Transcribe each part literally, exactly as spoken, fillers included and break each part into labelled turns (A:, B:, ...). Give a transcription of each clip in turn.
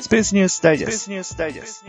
A: スペースニュースダイジェスト。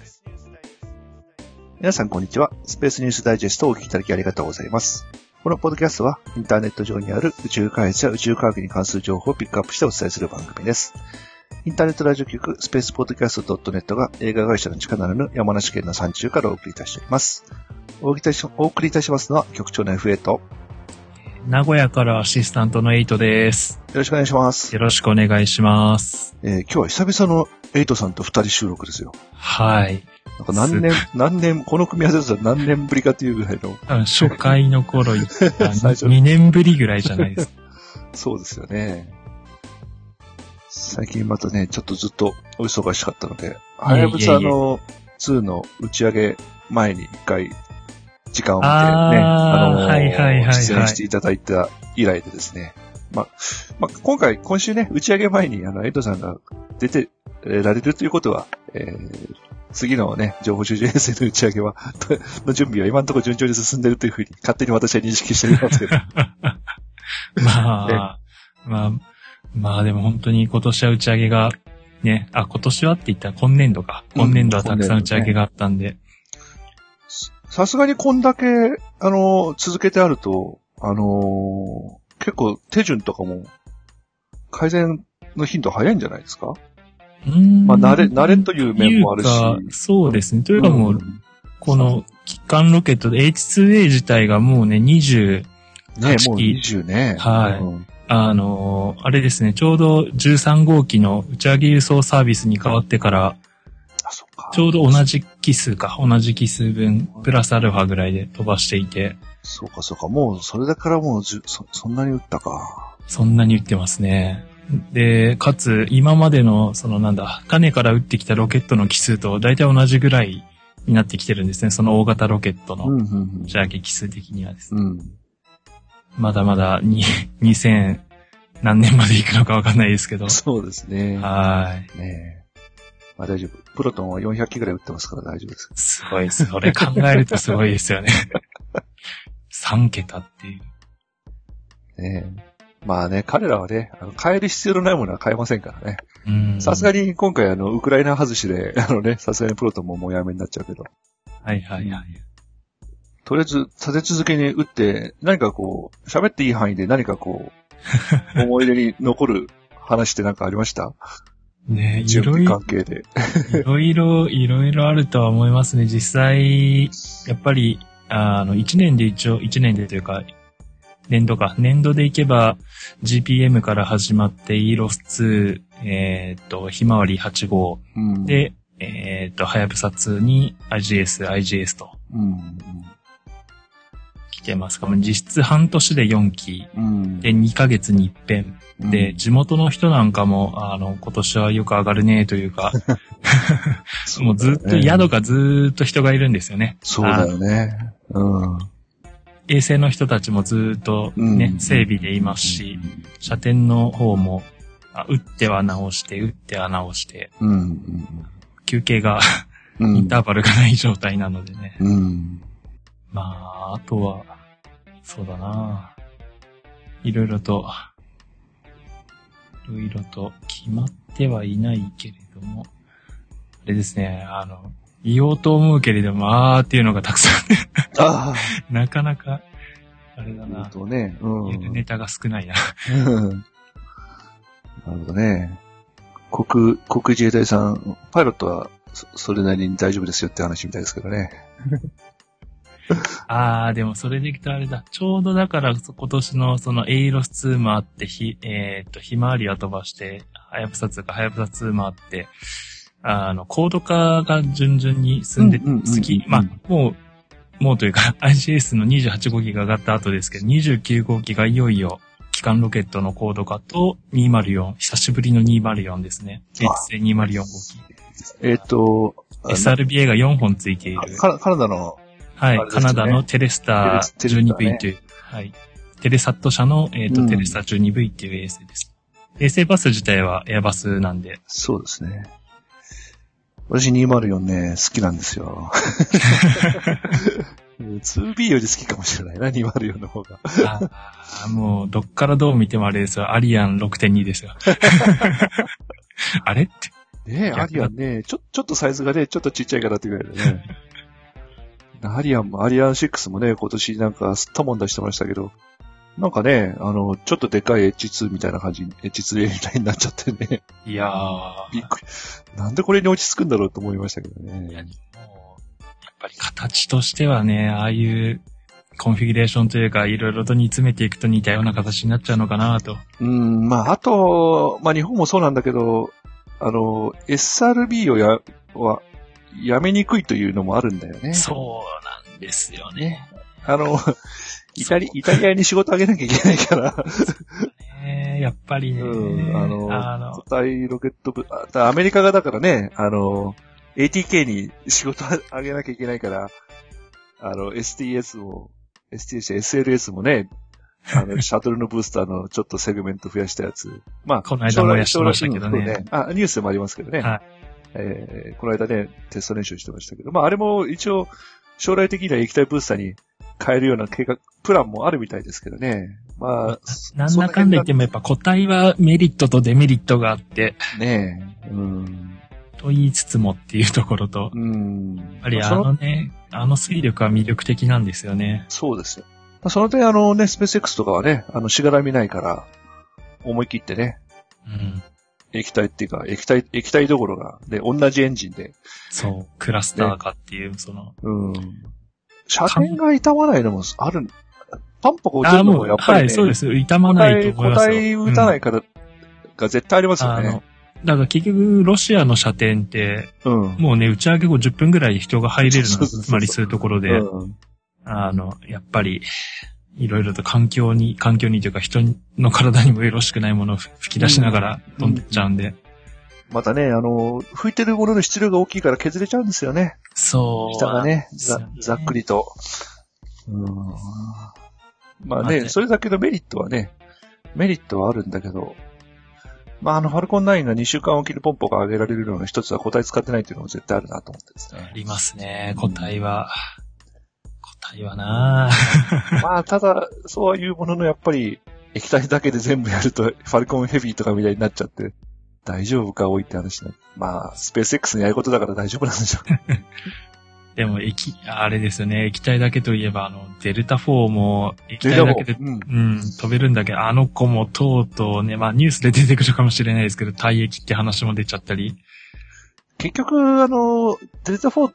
A: 皆さんこんにちは。スペースニュースダイジェストをお聞きいただきありがとうございます。このポッドキャストはインターネット上にある宇宙開発や宇宙科学に関する情報をピックアップしてお伝えする番組です。インターネットラジオ局スペースポッドキャスト .net が映画会社の力なる山梨県の山中からお送りいたしております。お送りいたし、お送りいたしますのは局長の エフエー と
B: 名古屋からアシスタントのエイトです。
A: よろしくお願いします。
B: よろしくお願いします。
A: えー、今日は久々のエイトさんと二人収録ですよ。
B: はい。
A: なんか何年、何年、この組み合わせだと何年ぶりかというぐらいの。
B: 初回の頃言ったにねんぶりぐらいじゃないですか。
A: そうですよね。最近またね、ちょっとずっとお忙しかったので、はやぶさのにの打ち上げ前に一回時間を見てね、あ、あのー、はいはいはいはい、出演していただいた以来でですね。まあ、まあ、今回、今週ね、打ち上げ前にあの、エイトさんが出てられるということは、えー、次のね、情報収集衛星の打ち上げは、の準備は今のところ順調に進んでいるというふうに勝手に私は認識しておりますけど。
B: まあ、まあ、まあでも本当に今年は打ち上げが、ね、あ、今年はって言ったら今年度か。今年度はたくさん打ち上げがあったんで。
A: さすがにこんだけ、あの、続けてあると、あの、結構手順とかも改善の頻度早いんじゃないですか？
B: うーん。
A: まあ、慣れ、慣れという面もあるし。
B: そうですね。というかもう、うん、この機関ロケットで エイチツーエー 自体がもうね、にじゅうはちき。
A: ね、もうにじゅうね。
B: はい。うん、あの、あれですね、ちょうどじゅうさん号機の打ち上げ輸送サービスに変わってから、
A: あ、そっか。
B: ちょうど同じ機数か、同じ機数分、プラスアルファぐらいで飛ばしていて。
A: そうかそうか、もうそれだからもうじゅそ、そんなに打ったか。
B: そんなに打ってますね。で、かつ、今までの、そのなんだ、種から打ってきたロケットの機数と大体同じぐらいになってきてるんですね。その大型ロケットの打ち上げ機数的にはですね。うんうん、まだまだに、にせん何年まで行くのかわかんないですけど。
A: そうですね。
B: はい。
A: ねえ。まあ大丈夫。プロトンはよんひゃっきぐらい打ってますから大丈夫です。
B: すごいです。それ考えるとすごいですよね。さん桁っていう。
A: ねえ。まあね、彼らはね、あの変える必要のないものは変えませんからね。さすがに今回あの、ウクライナ外しで、あのね、さすがにプロトンももうやめになっちゃうけど。
B: はいはいはい。
A: とりあえず、立て続けに打って、何かこう、喋っていい範囲で何かこう、思い出に残る話って何かありました？
B: ねえ、
A: いろいろ。関係で。
B: いろいろ、いろいろあるとは思いますね。実際、やっぱり、あの、一年で一応、一年でというか、年度か。年度でいけば、ジーピーエム から始まって、イーロスツー、えっ、ー、と、ひまわりはち号、うん、で、えっ、ー、と、はやぶさにに アイジーエス、アイジーエス と、うん、来てますか。実質半年でよん機、うん、で、にかげつに一遍。で、地元の人なんかも、あの、今年はよく上がるねというか、もうずっと、宿がずーっと人がいるんですよね。
A: そうだよね。うん。
B: 衛星の人たちもずーっとね、うん、整備でいますし、射程の方も、打っては直して、打っては直して、うん、休憩が、インターバルがない状態なのでね。うん、まあ、あとは、そうだな。いろいろと、いろいろと決まってはいないけれども、あれですね、あの、言おうと思うけれども、あーっていうのがたくさんあなかなか、あれだな。
A: とね、うん、
B: ネタが少ないな。
A: なるほどね。国、国自衛隊さん、パイロットはそ、それなりに大丈夫ですよって話みたいですけどね。
B: ああ、でもそれでいくとあれだ。ちょうどだから今年のそのエイロスにもあって、ひ、えっと、ひまわりは飛ばして、はやぶさにかはやぶさにもあって、あの、高度化が順々に進んで、次、まあ、もう、もうというか、アイジーエス のにじゅうはち号機が上がった後ですけど、にじゅうきゅう号機がいよいよ、基幹ロケットの高度化とにひまるよん、久しぶりのにひまるよんですね。エイチシーにひまるよん号機。
A: えっと、
B: エスアールビーエー がよんほんついている。
A: カナダの、
B: はい、カナダのテレスター じゅうにブイ という、はい。テレサット社の、えっと、テレスター じゅうにブイ っていう衛星です。衛星バス自体はエアバスなんで。
A: そうですね。私にひまるよんね、好きなんですよ。ツービー より好きかもしれないな、にひまるよんの方が。
B: ああ、もう、どっからどう見てもあれですよ。アリアン ろくてんに ですよ。あれって。
A: ねえ、アリアンね、ちょ、ちょっとサイズがね、ちょっとちっちゃいかなっていうぐらいだね。アリアンも、アリアンシックスもね、今年なんかすったもん出してましたけど、なんかね、あの、ちょっとでかい エイチツー みたいな感じ、エイチツーエー みたいになっちゃってね。
B: いやー。
A: びっくり。なんでこれに落ち着くんだろうと思いましたけどね。
B: いや、もう、やっぱり形としてはね、ああいうコンフィギュレーションというか、いろいろと煮詰めていくと似たような形になっちゃうのかなと。
A: うん、まあ、あと、まあ日本もそうなんだけど、あの、エスアールビー をや、は、やめにくいというのもあるんだよね。
B: そうなんですよね。
A: あの、イタリ、イタリアに仕事あげなきゃいけないから。
B: ね、やっぱりね。
A: うん、あの、
B: あの
A: 固体ロケット部、アメリカがだからね、あの、エーティーケー に仕事あげなきゃいけないから、あの、エスティーエス も、エスティーエス、エスエルエス もね、あの、シャトルのブースターのちょっとセグメント増やしたやつ。まあ、
B: この間もやしてましたけどね。
A: ねあ、ニュースでもありますけどね。はい。えー、この間ね、テスト練習してましたけど、まあ、あれも一応、将来的には液体ブースターに変えるような計画、プランもあるみたいですけどね。まあ、
B: なんだかんだ言ってもやっぱ個体はメリットとデメリットがあって。
A: ねえ、うん。
B: と言いつつもっていうところと。
A: うん。
B: やっぱりあのね、あの水力は魅力的なんですよね。
A: そうですよ。その点あのね、スペース X とかはね、あの、しがらみないから、思い切ってね。
B: うん。
A: 液体っていうか、液体、液体どころが、で、同じエンジンで。
B: そう、クラスターかっていう、ね、その。
A: うん。車検が傷まないのもある、パンパコ落ちるのもやっぱりね。
B: はい、そうです。傷まないと思いますよ。
A: 個体打たないから、が絶対ありますよね。
B: あのだから結局、ロシアの射程って、うん、もうね、打ち上げ後じゅっぷんぐらい人が入れるのつまりそういうところで、うん、あの、やっぱり、いろいろと環境に、環境にというか人の体にもよろしくないものを吹き出しながら飛んでっちゃうんで。うんうん、
A: またね、あの、吹いてるものの質量が大きいから削れちゃうんですよね。
B: そう。
A: 下がね、ざ、ざっくりと。うん、まあね、それだけのメリットはね、メリットはあるんだけど、まあ、あの、ファルコンナインがにしゅうかんおきにポンポが上げられるのの一つは個体使ってないっていうのも絶対あるなと思ってですね。
B: ありますね、個体は。個体はな
A: ぁ。まあ、ただ、そういうもののやっぱり、液体だけで全部やると、ファルコンヘビーとかみたいになっちゃって、大丈夫か多いって話ね。まあ、スペース X のやることだから大丈夫なんでしょう。
B: でも、液、あれですよね。液体だけといえば、あの、デルタフォーも、液体だけで、うん、うん、飛べるんだけど、あの子もとうとうね、まあニュースで出てくるかもしれないですけど、体液って話も出ちゃったり。
A: 結局、あの、デルタフォーって、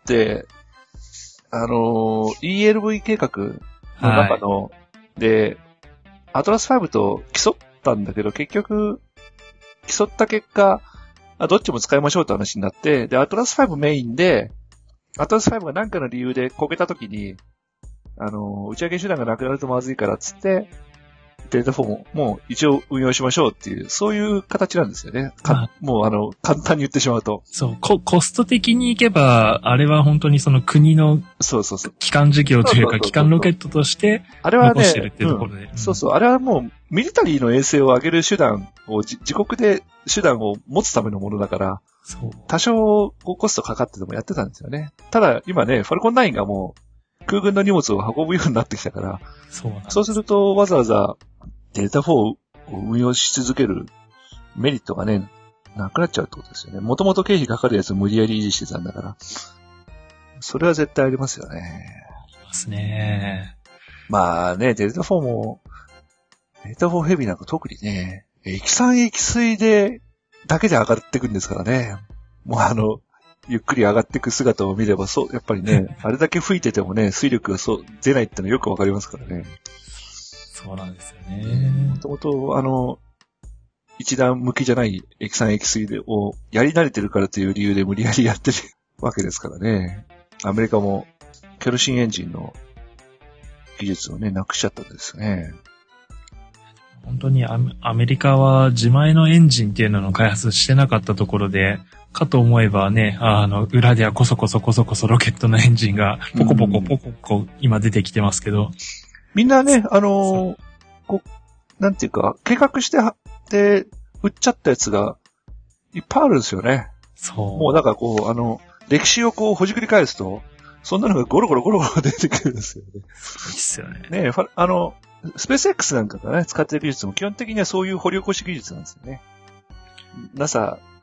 A: あの、イーエルブイ 計画の中の、はい、で、アトラスファイブと競ったんだけど、結局、競った結果、どっちも使いましょうって話になって、で、アトラスファイブメインで、アトラスファイブが何かの理由でこけたときに、あの、打ち上げ手段がなくなるとまずいからっつって、デルタフォーももう一応運用しましょうっていう、そういう形なんですよね。かもうあの、簡単に言ってしまうと。
B: そう、コ、コスト的にいけば、あれは本当にその国の、
A: そうそうそう。
B: 基幹事業というか、基幹ロケットとして、
A: あれはね、
B: 残してるっていうところで、
A: うん。そうそう、あれはもう、ミリタリーの衛星を上げる手段を、自国で手段を持つためのものだから、
B: そう
A: 多少コストかかっててもやってたんですよね。ただ、今ね、ファルコンナインがもう、空軍の荷物を運ぶようになってきたから、
B: そうなんです。
A: そうすると、わざわざ、デルタフォーを運用し続けるメリットがね、なくなっちゃうってことですよね。もともと経費かかるやつを無理やり維持してたんだから。それは絶対ありますよね。
B: ありますね。
A: まあね、デルタフォーも、デルタフォーヘビーなんか特にね、液酸液水で、だけで上がっていくんですからね。もうあの、ゆっくり上がっていく姿を見れば、そう、やっぱりね、あれだけ吹いててもね、水力がそう出ないってのよくわかりますからね。
B: そうなんですよね。
A: もともと、あの、一段向きじゃない液酸液水でをやり慣れてるからという理由で無理やりやってるわけですからね。アメリカもケロシンエンジンの技術をね、なくしちゃったんですね。
B: 本当にアメリカは自前のエンジンっていうのの開発してなかったところで、かと思えばね、あの、裏ではこそこそこそこそロケットのエンジンがポコポコポコポコ今出てきてますけど。
A: みんなね、あのー、こう、なんていうか、計画しては、で、売っちゃったやつがいっぱいあるんですよね。
B: そう。
A: もうなんかこう、あの、歴史をこう、ほじくり返すと、そんなのがゴロゴロゴロゴロ出てくるんですよね。
B: そうですよね。
A: ねえ、あの、スペース X なんかがね、使ってる技術も基本的にはそういう掘り起こし技術なんですよね。ナサ が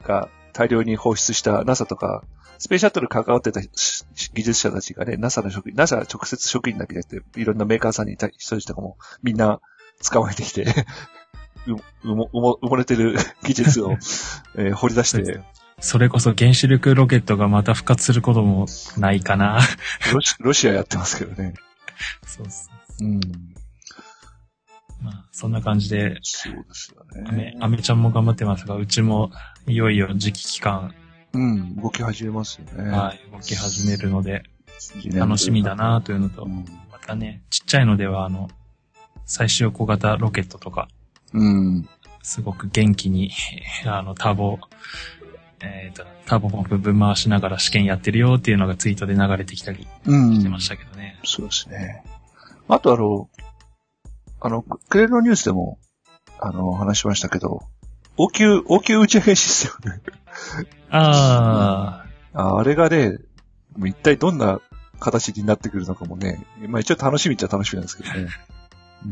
A: 大量に放出した ナサ とか、スペースシャトル関わってた技術者たちがね、ナサ の職員、ナサ 直接職員だけじゃなくて、いろんなメーカーさんにいた人たちとかもみんな捕まえてきて、う、うも、うも、埋もれてる技術を、えー、掘り出して。
B: それこそ原子力ロケットがまた復活することもないかな。
A: ロシ、ロシアやってますけどね。
B: そうそう。
A: うん。
B: まあ、そんな感じで。
A: そうですよね。
B: アメ、アメちゃんも頑張ってますが、うちもいよいよ次期期間。
A: うん、動き始めますよね。
B: はい、動き始めるので、楽しみだなというのと、うん、またね、ちっちゃいのでは、あの、最終小型ロケットとか、
A: うん、
B: すごく元気に、あの、ターボ、えっと、ターボポンプぶん回しながら試験やってるよっていうのがツイートで流れてきたりしてましたけどね。
A: うん、そうですね。あとあの、あの、クレーのニュースでも、あの、話しましたけど、応急、応急打ち上げシステムね。
B: あ
A: あ。あれがね、一体どんな形になってくるのかもね、まあ一応楽しみっちゃ楽しみなんですけどね。うん。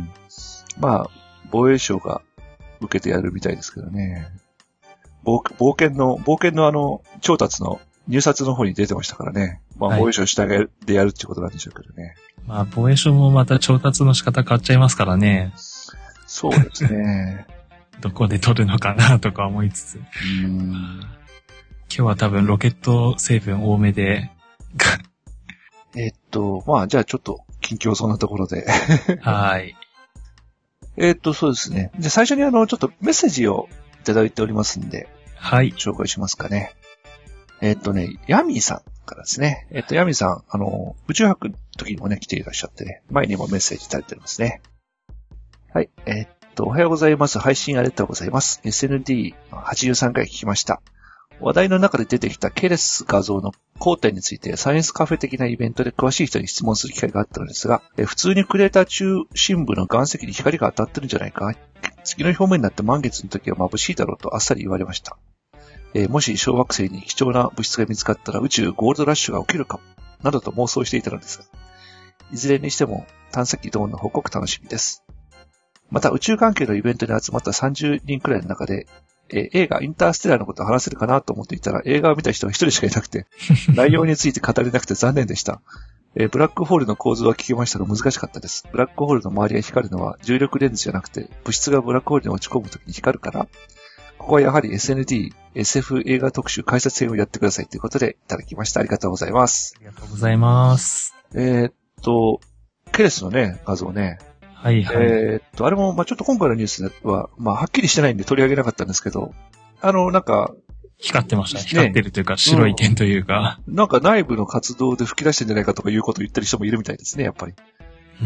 A: まあ、防衛省が受けてやるみたいですけどね。冒、冒険の、冒険のあの、調達の入札の方に出てましたからね。まあ、防衛省下でやるってことなんでしょうけどね。
B: まあ、防衛省もまた調達の仕方変わっちゃいますからね。
A: そうですね。
B: どこで取るのかなとか思いつつ。うーん、今日は多分ロケット成分多めで。
A: えっと、まあ、じゃあちょっと近況そんなところで。
B: はい。
A: えっと、そうですね。じゃあ最初にあの、ちょっとメッセージをいただいておりますんで。
B: はい。
A: 紹介しますかね。えっとね、ヤミーさんからですね。えっと、ヤミーさん、あの、宇宙博の時にもね、来ていらっしゃってね、前にもメッセージいただいておりますね。はい。えっと、おはようございます。配信ありがとうございます。エスエヌディーはちじゅうさんかい聞きました。話題の中で出てきたケレス画像の交点についてサイエンスカフェ的なイベントで詳しい人に質問する機会があったのですが、え普通にクレーター中心部の岩石に光が当たってるんじゃないか？月の表面になって満月の時は眩しいだろうとあっさり言われました。えー、もし小惑星に貴重な物質が見つかったら宇宙ゴールドラッシュが起きるかも、などと妄想していたのですが、いずれにしても探査機移動の報告楽しみです。また宇宙関係のイベントに集まったさんじゅうにんくらいの中で、えー、映画インターステラーのことを話せるかなと思っていたら映画を見た人が一人しかいなくて、内容について語れなくて残念でした。えー、ブラックホールの構造は聞きましたが難しかったです。ブラックホールの周りが光るのは重力レンズじゃなくて物質がブラックホールに落ち込むときに光るから、ここはやはり エスエヌディー、エスエフ 映画特集解説編をやってくださいということでいただきました。ありがとうございます。
B: ありがとうございます。
A: えー、っと、ケレスのね、画像ね。
B: はいはい。
A: えー、っと、あれも、まあちょっと今回のニュースは、まあはっきりしてないんで取り上げなかったんですけど、あの、なんか、
B: 光ってました。光ってるというか、ね、白い点というか、
A: うん。なんか内部の活動で吹き出してんじゃないかとかいうことを言ってる人もいるみたいですね、やっぱり。
B: うん。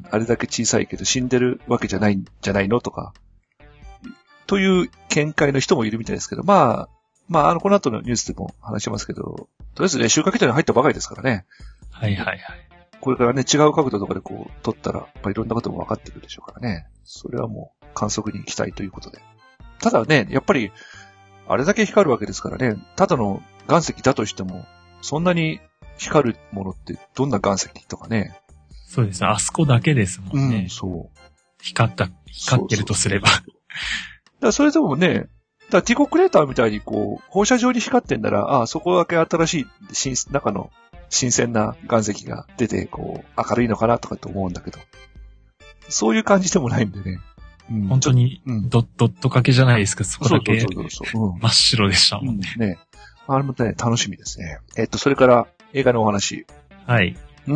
A: あれだけ小さいけど死んでるわけじゃないんじゃないのとか、という見解の人もいるみたいですけど、まあ、まあ、あの、この後のニュースでも話しますけど、とりあえずね、収穫期に入ったばかりですからね。
B: はいはいはい。
A: これからね、違う角度とかでこう、撮ったら、まあ、いろんなことも分かってくるでしょうからね。それはもう、観測に行きたいということで。ただね、やっぱり、あれだけ光るわけですからね、ただの岩石だとしても、そんなに光るものってどんな岩石とかね。
B: そうですね、あそこだけですもんね。
A: うん、そう。
B: 光った、光ってるとすれば。そうそうそう
A: だからそれでもね、だからティコクレーターみたいにこう、放射状に光ってんなら、ああ、そこだけ新しい、新、中の新鮮な岩石が出て、こう、明るいのかなとかと思うんだけど。そういう感じでもないんでね。
B: うん、本当にド、うん、ドットかけじゃないですか、そこだけ。
A: そうそうそうそう、うん、
B: 真っ白でしたもんね。
A: うん、ね。あれもね、楽しみですね。えっと、それから映画のお話。
B: はい。
A: うん。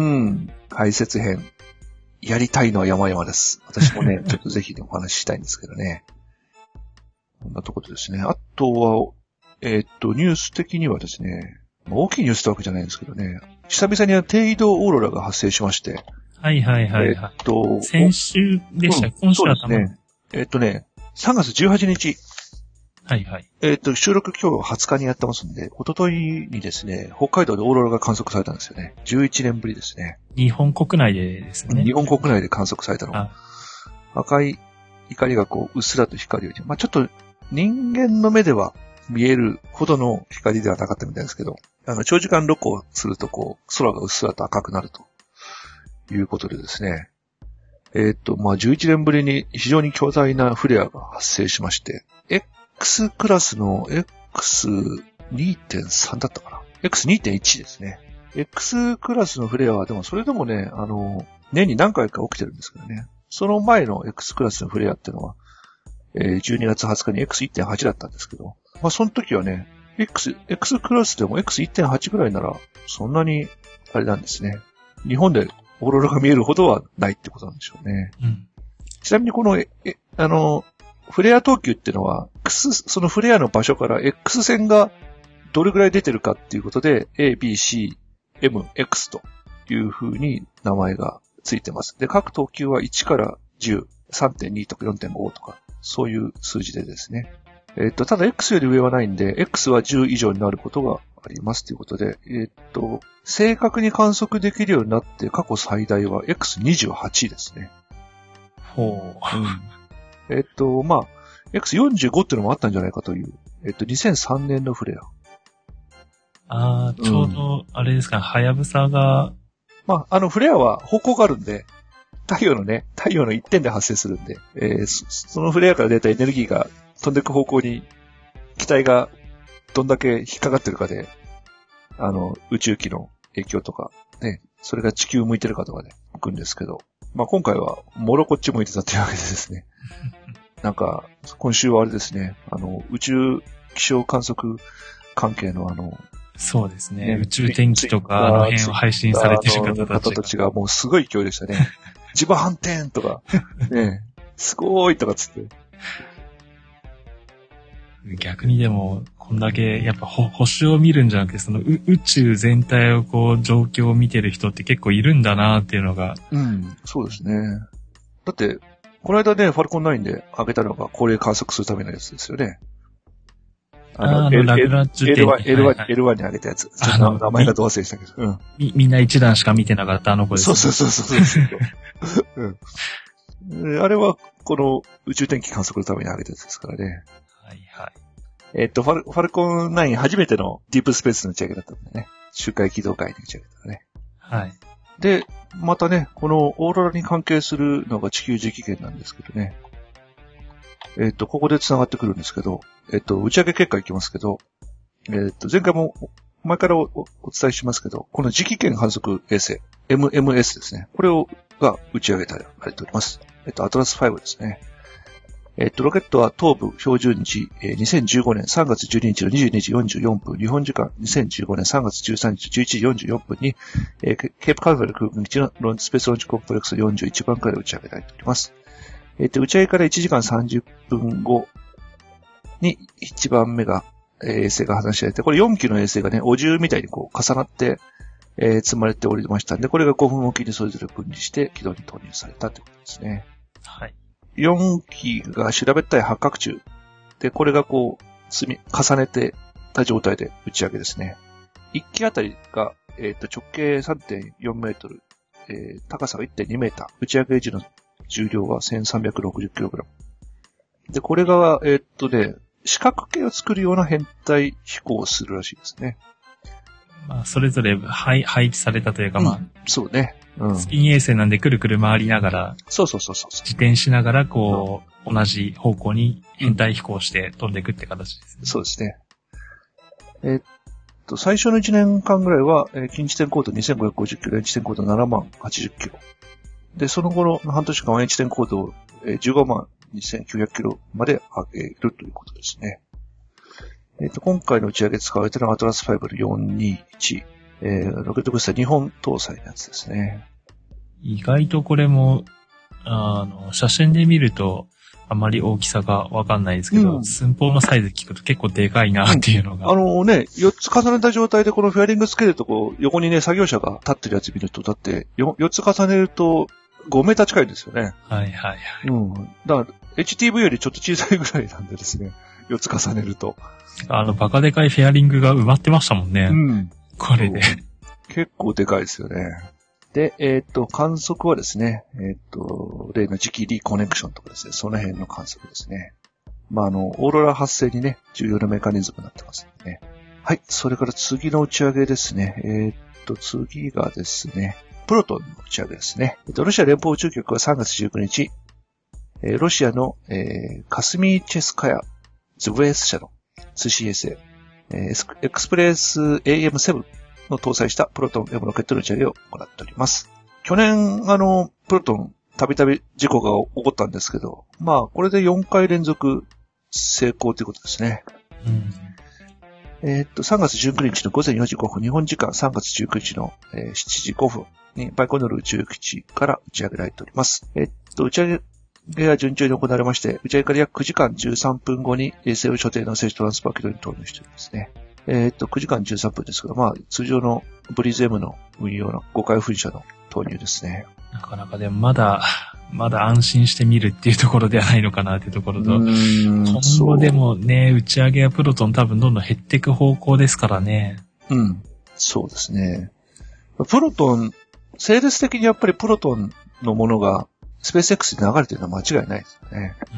A: 解説編。やりたいのは山々です。私もね、ちょっとぜひ、ね、お話ししたいんですけどね。こんなところですね。あとは、えっと、ニュース的にはですね、大きいニュースってわけじゃないんですけどね、久々に低緯度オーロラが発生しまして。
B: はいはいはい、はい。えっと、先週でした、うん、今週は
A: そうですね。えっとね、さんがつじゅうはちにち。
B: はいはい。
A: えっと、収録今日はつかにやってますんで、一昨日にですね、北海道でオーロラが観測されたんですよね。じゅういちねんぶりですね。
B: 日本国内でですね。
A: 日本国内で観測されたの。赤い光がこう、うっすらと光るように。まあ、ちょっと人間の目では見えるほどの光ではなかったみたいですけど、あの、長時間録音するとこう、空がうっすらと赤くなるということでですね。えっと、まあ、じゅういちねんぶりに非常に巨大なフレアが発生しまして、X クラスのクスにてんさん だったかな。エックスにてんいち ですね。X クラスのフレアはでもそれでもね、あの、年に何回か起きてるんですけどね。その前の X クラスのフレアっていうのは、えー、じゅうにがつはつかに エックスいってんはち だったんですけど、まあその時はね、X、X クラスでも エックスいってんはち ぐらいなら、そんなに、あれなんですね。日本でオーロラが見えるほどはないってことなんでしょうね。うん、ちなみにこの、え、あの、フレア等級っていうのは、X、そのフレアの場所から X 線がどれぐらい出てるかっていうことで、A、B、C、M、X という風に名前がついてます。で、各等級はいちからじゅう、さんてんに とか よんてんご とか、そういう数字でですね。えっと、ただ X より上はないんで、X はじゅう以上になることがありますということで、えっと、正確に観測できるようになって過去最大は エックスにじゅうはち ですね。
B: ほう。
A: うん、えっと、まあ、エックスよんじゅうご っていうのもあったんじゃないかという、えっと、にせんさんねんのフレア。
B: ああ、ちょうど、あれですか、はやぶさが。
A: まあ、あの、フレアは方向があるんで、太陽のね、太陽の一点で発生するんで、えー、そ, そのフレアから出たエネルギーが飛んでいく方向に、機体がどんだけ引っかかってるかで、あの、宇宙機の影響とか、ね、それが地球向いてるかとかで向くんですけど、まあ、今回は、もろこっち向いてたというわけでですね。なんか、今週はあれですね、あの、宇宙気象観測関係のあの、
B: そうですね。ね宇宙天気とか、あの辺を配信されてる方たちが。
A: 方たちがもうすごい勢いでしたね。磁場反転とか、ね、すごいとかつって。
B: 逆にでも、こんだけ、やっぱ星を見るんじゃなくて、その宇宙全体をこう、状況を見てる人って結構いるんだなっていうのが。
A: うん、そうですね。だって、この間ね、ファルコンナインで上げたのが、これ観測するためのやつですよね。
B: あの、あのラグラッジュ
A: エルワン、エルワン、エルワン に上げたやつ。あの、名前がどう忘れしたけど。うん。
B: み、みんな一段しか見てなかったあの子です、
A: ね。そうそうそうそう。うん。あれは、この宇宙天気観測のために上げたやつですからね。
B: はいはい。
A: えっと、ファル、ファルコンナイン初めてのディープスペースの打ち上げだったんでね。周回軌道外に打ち上げたね。
B: はい。
A: で、またね、このオーロラに関係するのが地球磁気圏なんですけどね。えっと、ここで繋がってくるんですけど、えっと、打ち上げ結果いきますけど、えっと、前回も、前から お, お, お伝えしますけど、この磁気圏観測衛星、エムエムエス ですね。これを、が打ち上げたられております。えっと、アトラスファイブですね。えっと、ロケットは東部標準時、えー、にせんじゅうごねんさんがつじゅうににちのにじゅうにじよんじゅうよんぷん、日本時間にせんじゅうごねんさんがつじゅうさんにちじゅういちじよんじゅうよんぷんに、えー、ケープカルフェル空軍基地のスペースロンチコンプレックスよんじゅういちばんから打ち上げられております。えっと、打ち上げからいちじかんさんじゅっぷんごにいちばんめが、えー、衛星が話し合れて、これよんきの衛星がね、お重みたいにこう重なって、えー、積まれておりましたんで、これがごふんおきにそれぞれ分離して軌道に投入されたということですね。
B: はい。
A: よんきが調べたい八角柱。で、これがこう、積み、重ねてた状態で打ち上げですね。いっきあたりが、えっと、直径 さんてんよんメートル、えー、高さが いってんにメーター。打ち上げ時の重量は せんさんびゃくろくじゅっキログラム。で、これが、えー、っとね、四角形を作るような編隊飛行をするらしいですね。
B: まあ、それぞれ配、配置されたというか、まあ、うん、
A: そうね。うん。
B: スピン衛星なんでくるくる回りながら、
A: そうそうそうそう。
B: 自転しながら、こう、うん、同じ方向に編隊飛行して飛んでいくって形ですね。
A: そうですね。えー、っと、最初のいちねんかんぐらいは、えー、近地点高度にせんごひゃくごじゅっキロ、遠地点高度ななまんはちじゅっキロ。で、その後の半年間は遠地点高度、えー、じゅうごまんにせんきゅうひゃくキロまで上げるということですね。えっと、今回の打ち上げ使われているのはアトラスファイブのよんにいち、えー、ロケットブースターにほん搭載のやつですね。
B: 意外とこれも、あの、写真で見ると、あまり大きさがわかんないですけど、うん、寸法のサイズ聞くと結構でかいなっていうのが。
A: うん、あのね、よっつ重ねた状態でこのフェアリングつけるとこう、横にね、作業者が立ってるやつ見ると、だって、よっつ重ねるとごメーター近いんですよね。
B: はいはいはい。
A: うん。だから、エイチティーブイ よりちょっと小さいぐらいなんでですね。よっつ重ねると。
B: あの、バカでかいフェアリングが埋まってましたもんね。
A: うん。
B: これで。
A: 結構でかいですよね。で、えっと、観測はですね、えっと、例の磁気リコネクションとかですね、その辺の観測ですね。まあ、あの、オーロラ発生にね、重要なメカニズムになってますね。はい。それから次の打ち上げですね。えっと、次がですね、プロトンの打ち上げですね。えっと、ロシア連邦宇宙局はさんがつじゅうくにち、えー、ロシアの、えー、カスミーチェスカヤズブエース社の通信衛星、えー、エクスプレス エーエムセブン の搭載したプロトン M ロケットの打ち上げを行っております。去年、あの、プロトン、たびたび事故が起こったんですけど、まあ、これでよんかい連続成功ということですね。うん、えー、っと、さんがつじゅうくにちのごぜんよじごふん、日本時間さんがつじゅうくにちの、えー、しちじごふんにバイコヌール宇宙基地から打ち上げられております。えー、っと、打ち上げが順調に行われまして、打ち上げから約くじかんじゅうさんぷんごに衛星を所定の政治トランスファー軌道に投入しておりますね。えー、っと、くじかんじゅうさんぷんですけど、まあ、通常のブリーズ M の運用のごかい噴射の投入ですね。
B: なかなかでもまだ、まだ安心して見るっていうところではないのかなっていうところと、今後でもね、打ち上げやプロトン多分どんどん減っていく方向ですからね。
A: うん。そうですね。プロトン、整列的にやっぱりプロトンのものがスペース X に流れてるのは間違いないですよね。うん。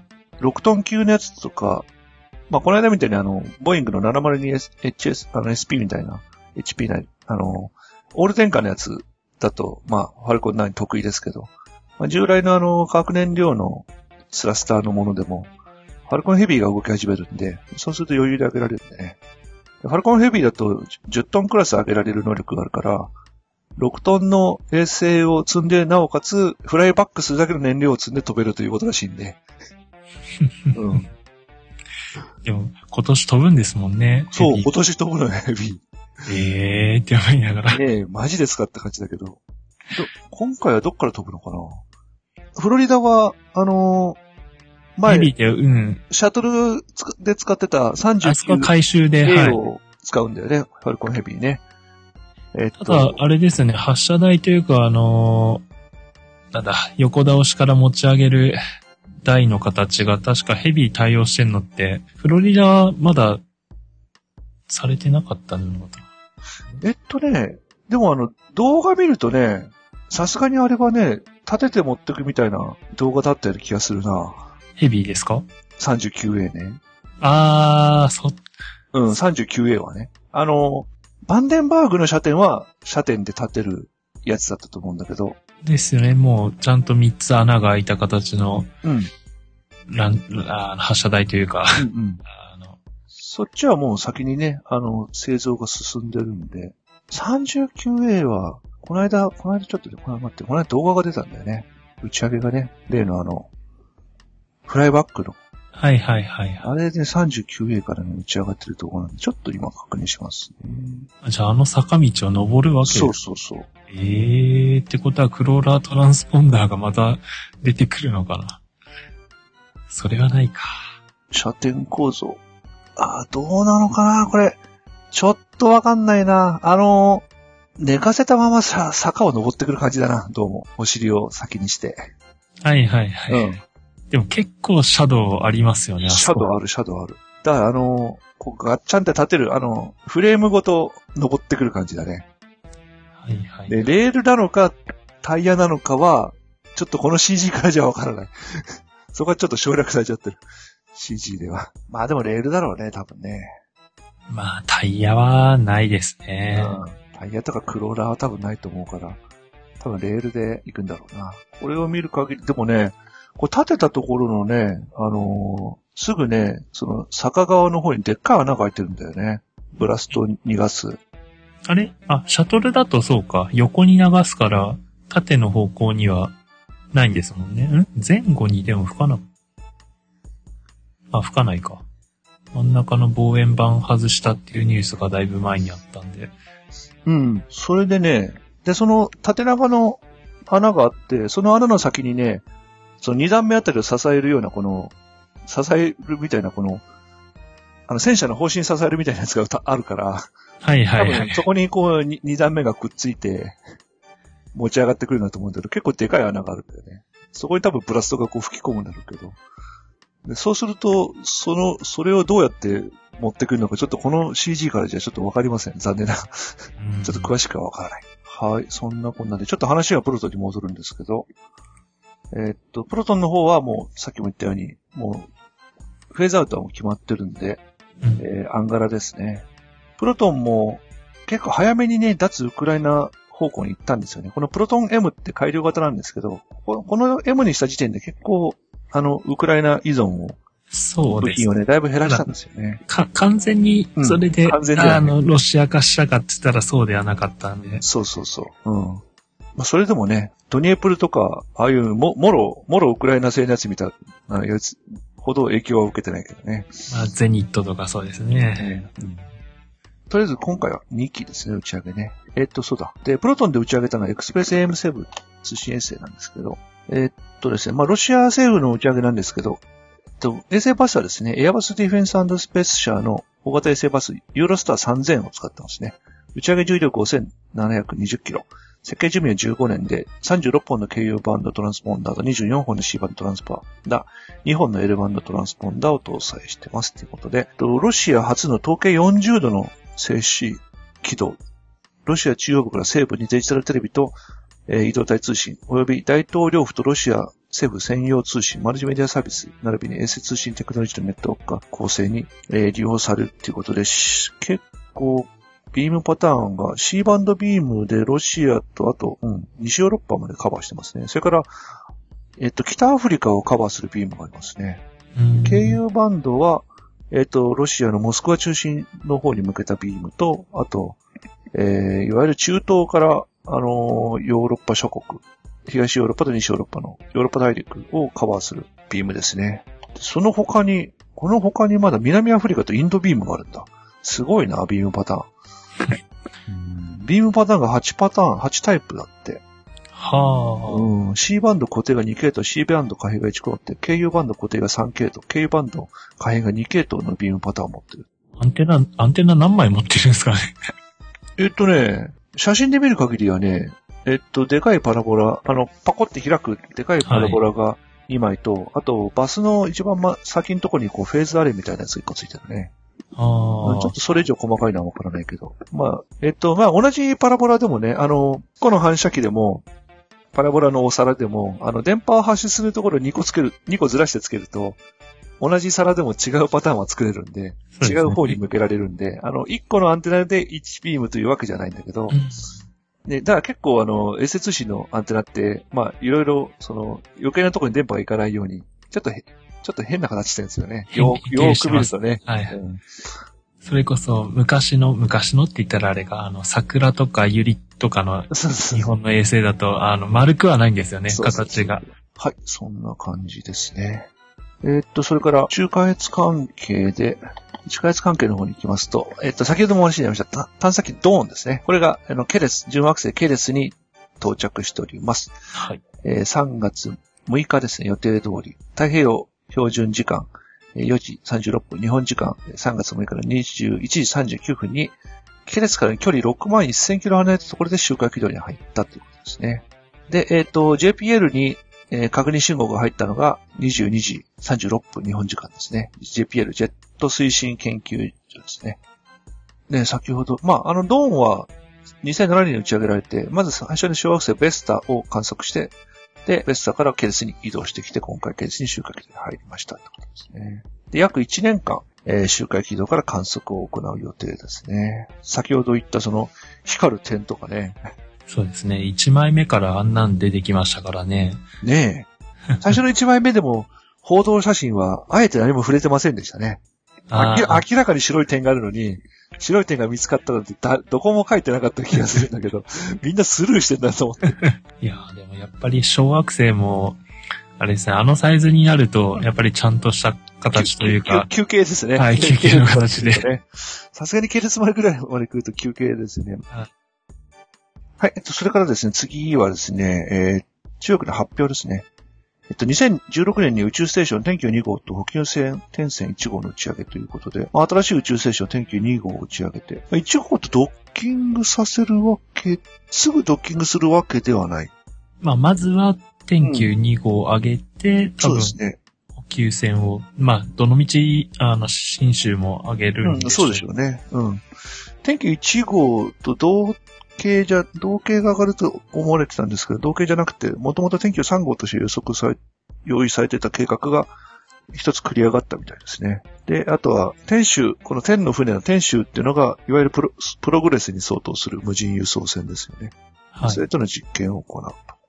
A: ろくトン級のやつとか、まあ、この間みたいにあの、ボーイングの ななまるにエイチエス、あの エスピー みたいな、エイチピー ない、あの、オール電化のやつだと、まあ、ファルコンナイン得意ですけど、まあ、従来のあの、核燃料のスラスターのものでも、ファルコンヘビーが動き始めるんで、そうすると余裕で上げられるんでね。ファルコンヘビーだとじゅっトンクラス上げられる能力があるから、ろくトンの衛星を積んで、なおかつ、フライバックするだけの燃料を積んで飛べるということらしいんで。うん。
B: でも、今年飛ぶんですもんね。
A: そう、今年飛ぶのよ、ヘビー。
B: えーって思いながら。
A: ねえ、マジですかって感じだけど。今回はどっから飛ぶのかな？フロリダは、あのー、前、
B: ヘビーで、うん。
A: シャトルで使ってたさんじゅうきゅう
B: あそこ回収で、
A: はい。を使うんだよね、ファルコンヘビーね。えっと、
B: ただ、あれですよね、発射台というか、あのー、なんだ、横倒しから持ち上げる台の形が確かヘビー対応してんのって、フロリダはまだされてなかったのかな。
A: えっとね、でもあの、動画見るとね、さすがにあれはね、立てて持ってくみたいな動画だったような気がするな。
B: ヘビーですか？
A: さんじゅうきゅうエー ね。
B: あー、そ、
A: うん、さんじゅうきゅうエー はね。あの、バンデンバーグの射程は、射程で立てるやつだったと思うんだけど。
B: ですよね、もう、ちゃんとみっつ穴が開いた形の、
A: うん。
B: ラン、あ発射台というか、
A: うんうん。あの、そっちはもう先にね、あの、製造が進んでるんで、さんじゅうきゅうエー は、この間、この間ちょっと、この間待って、この間動画が出たんだよね。打ち上げがね、例のあの、フライバックの。
B: はいはいはい、はい。
A: あれで さんじゅうきゅうエー からね、打ち上がってるところなんで、ちょっと今確認しますね。
B: じゃああの坂道を登るわけですか？
A: そうそうそう。
B: えー、ってことはクローラートランスポンダーがまた出てくるのかな？それはないか。
A: 射程構造。あー、どうなのかなこれ。ちょっとわかんないな。あのー、寝かせたままさ、坂を登ってくる感じだな。どうも。お尻を先にして。
B: はいはいはい。うん。でも結構シャドウありますよね。
A: シャドウある、シャドウある。だからあのー、こうガッチャンって立てる、あの、フレームごと登ってくる感じだね。
B: はいはい。
A: で、レールなのか、タイヤなのかは、ちょっとこの シージー からじゃわからない。そこはちょっと省略されちゃってる。シージー では。まあでもレールだろうね、多分ね。
B: まあ、タイヤはないですね。
A: うん。タイヤとかクローラーは多分ないと思うから、多分レールで行くんだろうな。これを見る限り、でもね、こう立てたところのね、あのー、すぐね、その坂側の方にでっかい穴が開いてるんだよね。ブラストを逃がす。
B: あれ？あ、シャトルだとそうか。横に流すから、縦の方向にはないんですもんね。ん？前後にでも吹かな、あ、吹かないか。真ん中の望遠板外したっていうニュースがだいぶ前にあったんで。
A: うん。それでね、で、その縦長の穴があって、その穴の先にね、その二段目あたりを支えるようなこの、支えるみたいなこの、あの戦車の方針支えるみたいなやつがあるから、
B: はいはいはい。
A: 多分そこにこう二段目がくっついて、持ち上がってくるんだと思うんだけど、結構でかい穴があるんだよね。そこに多分ブラストがこう吹き込むんだろうけど。でそうすると、その、それをどうやって持ってくるのか、ちょっとこの シージー からじゃちょっとわかりません。残念ながら。ちょっと詳しくはわからない。はい。そんなこんなで、ちょっと話はプロトンに戻るんですけど、えー、っと、プロトンの方はもう、さっきも言ったように、もう、フェーズアウトはもう決まってるんで、うん、えー、アンガラですね。プロトンも、結構早めにね、脱ウクライナ方向に行ったんですよね。このプロトン M って改良型なんですけど、この M にした時点で結構、あの、ウクライナ依存を
B: そうです。
A: 部品をね、だいぶ減らしたんですよね。
B: か、完全に、それで、うん、完全であの、ロシア化したかって言ったらそうではなかったんで。
A: そうそうそう。うん。まあ、それでもね、ドニエプルとか、ああいうも、もろ、もろウクライナ製のやつ見た、あのやつほど影響は受けてないけどね。
B: まあ、ゼニットとかそうですね。ね、うん、
A: とりあえず今回はにきですね、打ち上げね。えー、っと、そうだ。で、プロトンで打ち上げたのはエクスプレス エーエムセブン 通信衛星なんですけど、えー、っとですね、まあ、ロシア政府の打ち上げなんですけど、えっと、衛星バスはですね、エアバスディフェンス&スペース社の大型衛星バス、ユーロスターさんぜんを使ってますね。打ち上げ重量ごせんななひゃくにじゅっキロ。設計寿命はじゅうごねんで、さんじゅうろっぽんの ケーユー バンドトランスポンダーとにじゅうよんほんの C バンドトランスポンダー、にほんの L バンドトランスポンダーを搭載してますということで、ロシア初の統計よんじゅうどの静止軌道、ロシア中央部から西部にデジタルテレビと、えー、移動体通信、及び大統領府とロシア政府専用通信、マルチメディアサービス、並びに衛星通信テクノロジーのネットワークが構成に、えー、利用されるということで、結構、ビームパターンが C バンドビームでロシアとあと、うん、西ヨーロッパまでカバーしてますね。それから、えっと、北アフリカをカバーするビームがありますね。ケーユー バンドは、えっと、ロシアのモスクワ中心の方に向けたビームと、あと、えー、いわゆる中東から、あのー、ヨーロッパ諸国、東ヨーロッパと西ヨーロッパのヨーロッパ大陸をカバーするビームですね。その他に、この他にまだ南アフリカとインドビームがあるんだ。すごいな、ビームパターン。ビームパターンがはちパターン、はちタイプだって。
B: はあ。
A: うん。C バンド固定がに系統、C バンド可変がいち系統って、ケーユー バンド固定がさん系統、ケーユー バンド可変がに系統のビームパターンを持ってる。
B: アンテナ、アンテナ何枚持ってるんですかね。
A: えっとね、写真で見る限りはね、えっと、でかいパラボラ、あの、パコって開くでかいパラボラがにまいと、はい、あと、バスの一番、ま、先のところにこう、フェーズアレイみたいなやつがいっこついてるね。
B: あ
A: ちょっとそれ以上細かいのはわからないけど。まあ、えっと、まあ、同じパラボラでもね、あの、この反射器でも、パラボラのお皿でも、あの、電波を発出するところをにこつける、にこずらしてつけると、同じ皿でも違うパターンは作れるんで、でね、違う方に向けられるんで、あの、いっこのアンテナでいちビームというわけじゃないんだけど、うんね、だから結構あの、衛星通信のアンテナって、まあ、いろいろ、その、余計なところに電波がいかないように、ちょっとへ、ちょっと変な形してるんですよね。よーく、よーく見るとね。
B: はい、うん。それこそ、昔の、昔のって言ったらあれが、あの、桜とかユリとかの日本の衛星だと、あの、丸くはないんですよね、そうそうそう形が。
A: はい、そんな感じですね。えー、っと、それから、中間越関係で、中間越関係の方に行きますと、えー、っと、先ほどもお話ししました、探査機ドーンですね。これが、あの、ケレス、準惑星ケレスに到着しております。
B: はい。
A: えー、さんがつむいかですね、予定通り。太平洋標準時間、よじさんじゅうろっぷん、日本時間、さんがつむいかのにじゅういちじさんじゅうきゅうふんに、ケレスから距離ろくまんせんキロ離れたところで周回軌道に入ったということですね。で、えっと、ジェーピーエル に、えー、確認信号が入ったのがにじゅうにじさんじゅうろっぷん、日本時間ですね。ジェーピーエル、ジェット推進研究所ですね。で、先ほど、まあ、あの、ドーンはにせんななねんに打ち上げられて、まず最初に小惑星ベスタを観測して、で、ベスタからケレスに移動してきて、今回ケレスに周回軌道に入りましたということですね。で、約いちねんかん、えー、周回軌道から観測を行う予定ですね。先ほど言ったその、光る点とかね。
B: そうですね。いちまいめからあんなん出てきましたからね。
A: ねえ。最初のいちまいめでも、報道写真は、あえて何も触れてませんでしたね。明らかに白い点があるのに、白い点が見つかったのってだ、どこも書いてなかった気がするんだけど、みんなスルーしてんだと思って。
B: いやーでもやっぱり小惑星も、あれですね、あのサイズになると、やっぱりちゃんとした形というか。
A: 球形ですね。
B: はい、球形の形で。
A: さすがに系列丸ぐらいまで来ると球形ですね。はいはい、えっと、それからですね、次はですね、えー、中国の発表ですね。えっと、にせんじゅうろくねんに宇宙ステーション天宮に号と補給船天線いち号の打ち上げということで、新しい宇宙ステーション天宮に号を打ち上げて、いち号とドッキングさせるわけ、すぐドッキングするわけではない。
B: まあ、まずは天宮に号を上げて、うん、多分、そうですね。補給船を、まあ、どのみち、あの、新州も上げるんでしょう、
A: うん、そうでしょうね。うん。天宮いち号と同系じゃ、同系が上がると思われてたんですけど、同系じゃなくて、もともと天宮さん号として予測され、用意されてた計画が一つ繰り上がったみたいですね。で、あとは、天舟、この天の船の天舟っていうのが、いわゆるプロ、プログレスに相当する無人輸送船ですよね。はい。それとの実験を行うと。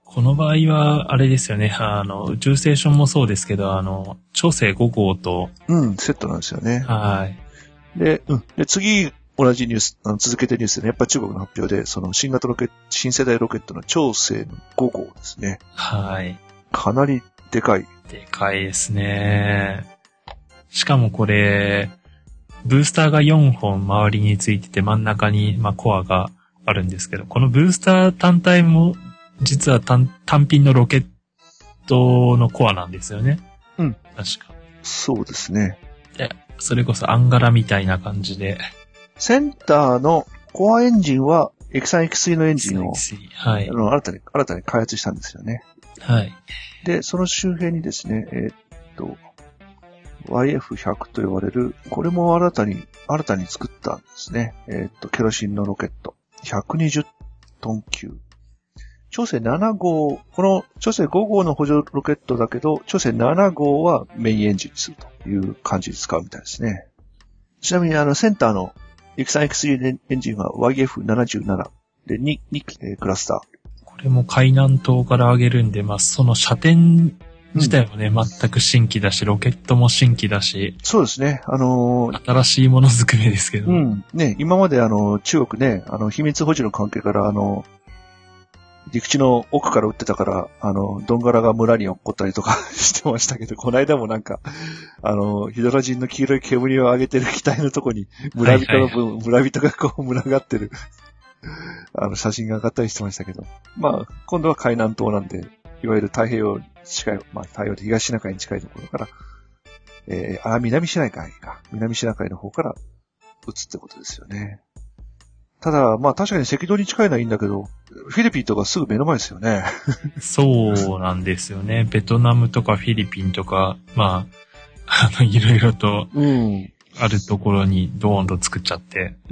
B: この場合は、あれですよね。あの、宇宙ステーションもそうですけど、あの、長征ご号と。
A: うん、セットなんですよね。
B: はい。
A: で、うん。で、次、同じニュース、あの続けてニュースでね、やっぱり中国の発表で、その新型ロケット、新世代ロケットの長征ご号ですね。
B: はい。
A: かなりでかい。
B: でかいですね。しかもこれ、ブースターがよんほん周りについてて真ん中に、まあ、コアがあるんですけど、このブースター単体も実は 単, 単品のロケットのコアなんですよね。
A: うん。
B: 確か。
A: そうですね。
B: で、それこそアンガラみたいな感じで。
A: センターのコアエンジンはエクスワンエクススリー のエンジンを、
B: はい、
A: あの新たに、新たに開発したんですよね。
B: はい。
A: で、その周辺にですね、えー、っと、ワイエフひゃく と呼ばれる、これも新たに、新たに作ったんですね。えー、っと、ケロシンのロケット。ひゃくにじゅっトン級。長征なな号、この長征ご号の補助ロケットだけど、長征なな号はメインエンジンにするという感じで使うみたいですね。ちなみにあの、センターのエクスワンエクススリー エンジンは ワイエフななじゅうなな で に, にクラスター。
B: これも海南島から上げるんで、まあ、その射程自体もね、うん、全く新規だし、ロケットも新規だし。
A: そうですね。あのー、
B: 新しいものづくめですけど。
A: うん。ね、今まであの、中国ね、あの、秘密保持の関係から、あの、陸地の奥から撃ってたから、あの、ドンガラが村に落っこったりとかしてましたけど、この間もなんか、あの、ヒドラジンの黄色い煙を上げてる機体のとこに、村人の、はいはいはい、村人がこう、群がってる、あの、写真が上がったりしてましたけど。まあ、今度は海南島なんで、いわゆる太平洋に近い、まあ、太平洋で東シナ海に近いところから、えー、あ、南シナ海か。南シナ海の方から撃つってことですよね。ただ、まあ確かに赤道に近いのはいいんだけど、フィリピンとかすぐ目の前ですよね。
B: そうなんですよね。ベトナムとかフィリピンとか、まあ、あの、いろいろと、あるところにドーンと作っちゃって。
A: うん。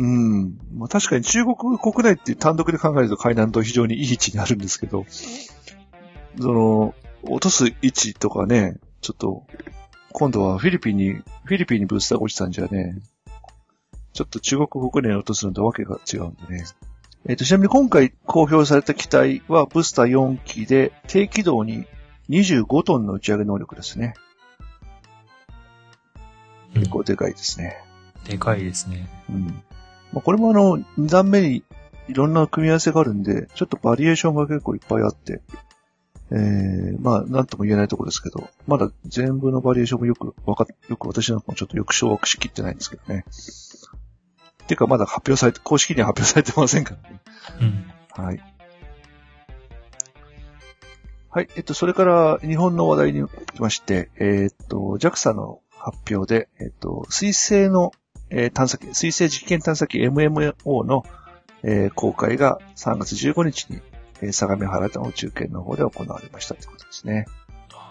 A: まあ確かに中国国内って単独で考えると海南島非常にいい位置にあるんですけど、その、落とす位置とかね、ちょっと、今度はフィリピンに、フィリピンにブースターが落ちたんじゃね、ちょっと中国国内に落とすのとわけが違うんでね。えっと、ちなみに今回公表された機体はブースターよん機で低軌道ににじゅうごトンの打ち上げ能力ですね。結構でかいですね。
B: うん、でかいですね。
A: うん。まあ、これもあの、に段目にいろんな組み合わせがあるんで、ちょっとバリエーションが結構いっぱいあって、えー、まあ、なんとも言えないところですけど、まだ全部のバリエーションもよくわかっ、よく私なんかもちょっとよく掌握しきってないんですけどね。っていうかまだ発表されて、公式には発表されてませんからね。うん。はい。はい。えっと、それから日本の話題に行きまして、えー、っと、ジャクサ の発表で、えっと、水星の、えー、探査機、水星実験探査機 エムエムオー の、えー、公開がさんがつじゅうごにちに、えー、相模原の宇宙圏の方で行われましたということですね。はい、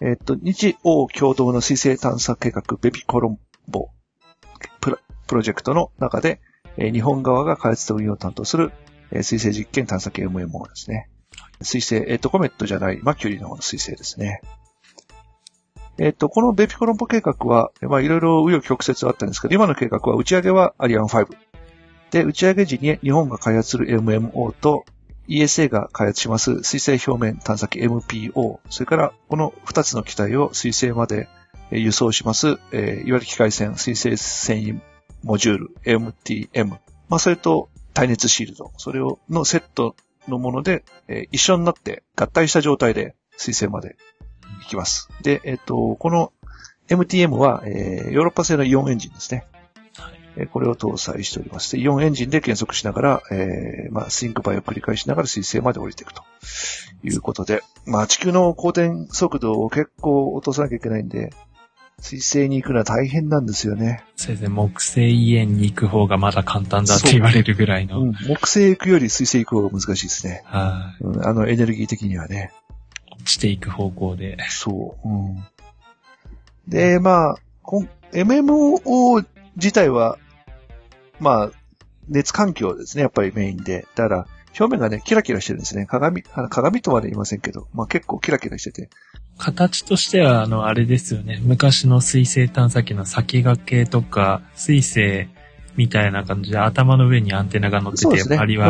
A: えっと、日欧共同の水星探査計画ベビコロンボプラプロジェクトの中で、えー、日本側が開発と運用を担当する、えー、水星実験探査機 エムエムオー ですね。水星、えっと、コメットじゃない、マキュリーの方の水星ですね。えっと、このベピコロンボ計画は、まあ、いろいろ紆余曲折あったんですけど、今の計画は打ち上げはアリアンファイブ。で、打ち上げ時に日本が開発する エムエムオー と イーエスエー が開発します水星表面探査機 エムピーオー、それからこのふたつの機体を水星まで輸送します、えー、いわゆる機械船、水星船員モジュール エムティーエム。まあ、それと耐熱シールド。それを、のセットのもので、えー、一緒になって合体した状態で水星まで行きます。で、えっと、この エムティーエム は、えー、ヨーロッパ製のイオンエンジンですね。はい、えー、これを搭載しております。で、イオンエンジンで減速しながら、えー、まあ、スインクバイを繰り返しながら水星まで降りていくということで、まあ、地球の公転速度を結構落とさなきゃいけないんで、水星に行くのは大変なんですよね。
B: そうですね。木星イエンに行く方がまだ簡単だって言われるぐらいの。
A: うん、木星行くより水星行く方が難しいですね。はい、うん。あのエネルギー的にはね。
B: 落ちていく方向で。
A: そう。うん、で、まあ、エムエムオー 自体は、まあ、熱環境ですね。やっぱりメインで。だから、表面がね、キラキラしてるんですね。鏡、あの鏡とまで言いませんけど、まあ結構キラキラしてて。
B: 形としては、あの、あれですよね。昔の水星探査機の先駆けとか、水星みたいな感じで頭の上にアンテナが乗ってて、ね、あれは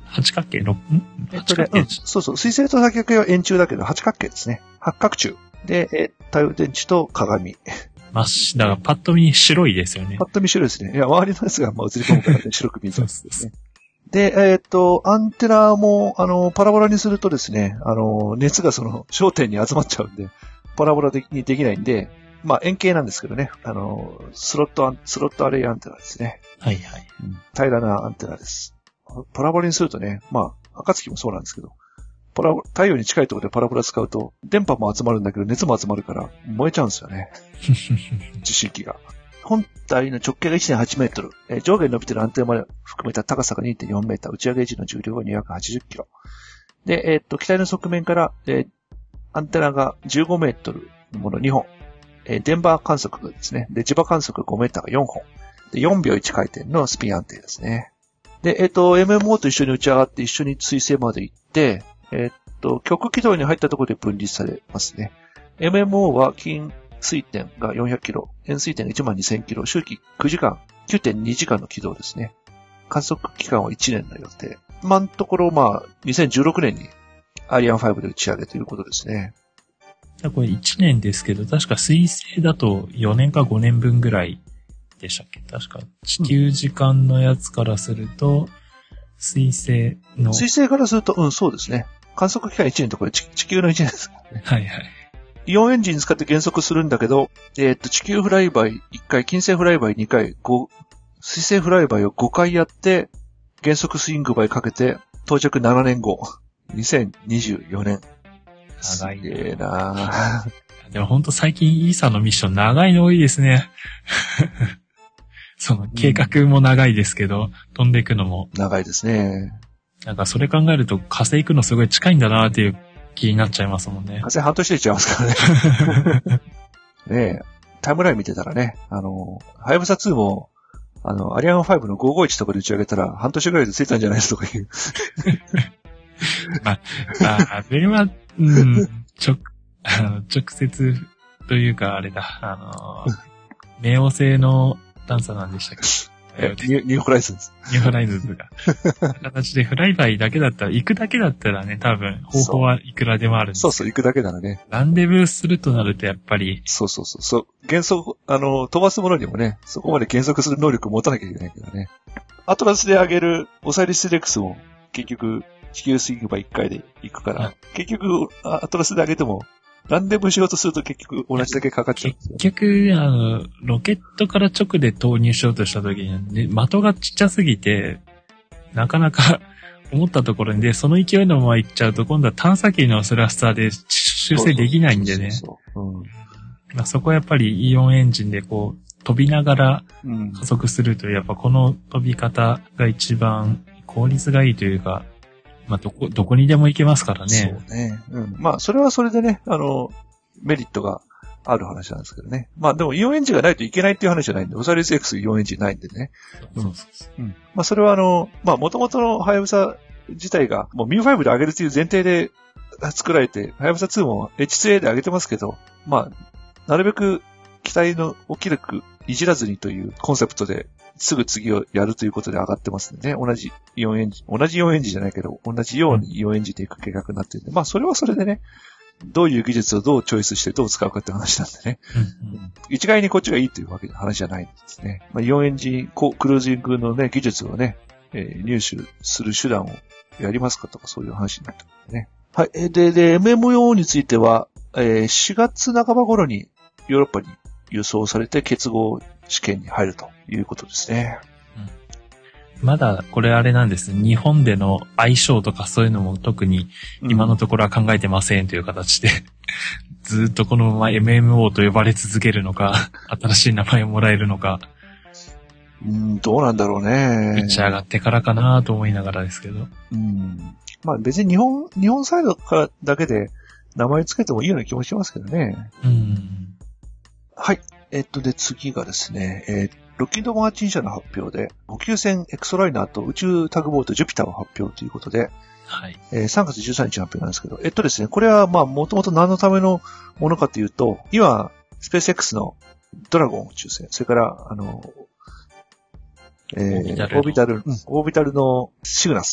B: 八角形、六、ん
A: えっとね、うん、そうそう、水星と三脚形は円柱だけど八角形ですね。八角柱。で、え、太陽電池と鏡。
B: 真っ白、だからパッと見白いですよね。
A: パッと見白いですね。いや、周りのやつがまあ映り込むからね、白く見えてますね。で、えっと、アンテナも、あの、パラボラにするとですね、あの、熱がその焦点に集まっちゃうんで、パラボラにできないんで、まあ円形なんですけどね、あの、スロットアン、スロットアレイアンテナですね。
B: はいはい。
A: うん、平らなアンテナです。パラボラにするとね、まあ、暁もそうなんですけど、パラボ太陽に近いところでパラボラ使うと、電波も集まるんだけど、熱も集まるから、燃えちゃうんですよね。受信機が。本体の直径が いってんはちメートル、えー、上下に伸びているアンテナまで含めた高さが にてんよんメーター、打ち上げ時の重量がにひゃくはちじゅっキロ。で、えー、っと、機体の側面から、えー、アンテナがじゅうごメートルのものにほん、えー、電波観測がですね、で、磁場観測ごメーターがよんほん、で、よんびょういち回転のスピン安定ですね。で、えー、っと、エムエムオー と一緒に打ち上がって一緒に水星まで行って、えー、っと、極軌道に入ったところで分離されますね。エムエムオー は近水点がよんひゃくキロ、円水点がいちまんにせんキロ、周期くじかん、きゅうてんにじかんの軌道ですね。観測期間はいちねんの予定。今のところ、まあ、にせんじゅうろくねんにアリアンファイブで打ち上げということですね。
B: これいちねんですけど、確か水星だとよねんかごねんぶんぐらいでしたっけ？確か地球時間のやつからすると、水星の。
A: 水星からすると、うん、そうですね。観測期間いちねんとこれ地球のいちねんですからね。
B: はいはい。
A: イオンエンジン使って減速するんだけど、えっと、地球フライバイいっかい、金星フライバイにかい、ご、水星フライバイをごかいやって、減速スイングバイかけて、到着ななねんご、にせんにじゅうよねん。
B: 長い。
A: すげーな
B: ー。でもほんと最近イーサのミッション長いの多いですね。その計画も長いですけど、うん、飛んでいくのも。
A: 長いですね。
B: なんかそれ考えると火星行くのすごい近いんだなっていう気になっちゃいますもんね。
A: 火星半年で行っちゃいますからね。ねえ、タイムライン見てたらね、あの、はやぶさツーも、あの、アリアンファイブのごーごーいちとかで打ち上げたら半年ぐらいで着いたんじゃないですとかいう。
B: まあ、まあ、あれは、うん、直、あの、直接というかあれだ、あの、冥王星の探査なんでしたっけ？
A: ニューホライズンズ。
B: ニューホライズンズが。形でフライバイだけだったら、行くだけだったらね、多分、方法はいくらでもあるんです。
A: そうそう、行くだけならね。
B: ランデブーするとなると、やっぱり。
A: そうそうそう。そう。減速、あの、飛ばすものにもね、そこまで減速する能力を持たなきゃいけないけどね。アトラスで上げるオサイリスレックスも、結局、地球スイングバイいっかいで行くから、結局、アトラスで上げても、ランデブーしようとすると結局同じだけかかっちゃうんですよ。
B: 結局、あの、ロケットから直で投入しようとした時に、ね、的がちっちゃすぎて、なかなか思ったところにで、その勢いのまま行っちゃうと、今度は探査機のスラスターで修正できないんでね。そこはやっぱりイオンエンジンでこう、飛びながら加速するという、やっぱこの飛び方が一番効率がいいというか、まあ、どこ、どこにでも行けますからね。
A: そうね。うん。まあ、それはそれでね、あの、メリットがある話なんですけどね。まあ、でもイオンエンジンがないといけないっていう話じゃないんで、オサリス X イオンエンジンないんでね。
B: そうそうそう。
A: うん。まあ、それはあの、まあ、元々のハヤブサ自体が、もう ミューファイブ で上げるっていう前提で作られて、ハヤブサツーも エイチツーエー で上げてますけど、まあ、なるべく機体の大きくいじらずにというコンセプトで、すぐ次をやるということで上がってますんでね。同じイオンエンジン、同じイオンエンジンじゃないけど、同じようにイオンエンジンでいく計画になってるんで、まあそれはそれでね、どういう技術をどうチョイスしてどう使うかって話なんでね。うんうん、一概にこっちがいいというわけの話じゃないんですね。まあ、イオンエンジン、クルージングのね、技術をね、えー、入手する手段をやりますかとかそういう話になってますね。はい。で、で、エムエムオー については、えー、しがつなかば頃にヨーロッパに輸送されて結合試験に入るということですね。
B: うん、まだこれあれなんです。日本での相性とかそういうのも特に今のところは考えてませんという形で、うん、ずっとこのまま エムエムオー と呼ばれ続けるのか、新しい名前をもらえるのか。
A: うん、どうなんだろうね。
B: 打ち上がってからかなと思いながらですけど。
A: うん。まあ別に日本、日本サイドからだけで名前つけてもいいような気もしますけどね。
B: うん。
A: はい。えっと、で、次がですね、えー、ロッキード・マーチン社の発表で、補給船エクソライナーと宇宙タグボートジュピターを発表ということで、
B: はい。
A: えー、さんがつじゅうさんにちの発表なんですけど、えっとですね、これはまあ、もともと何のためのものかというと、今、スペース X のドラゴン宇宙船、それから、あの、えー、オービタル、うん、オービタルのシグナス。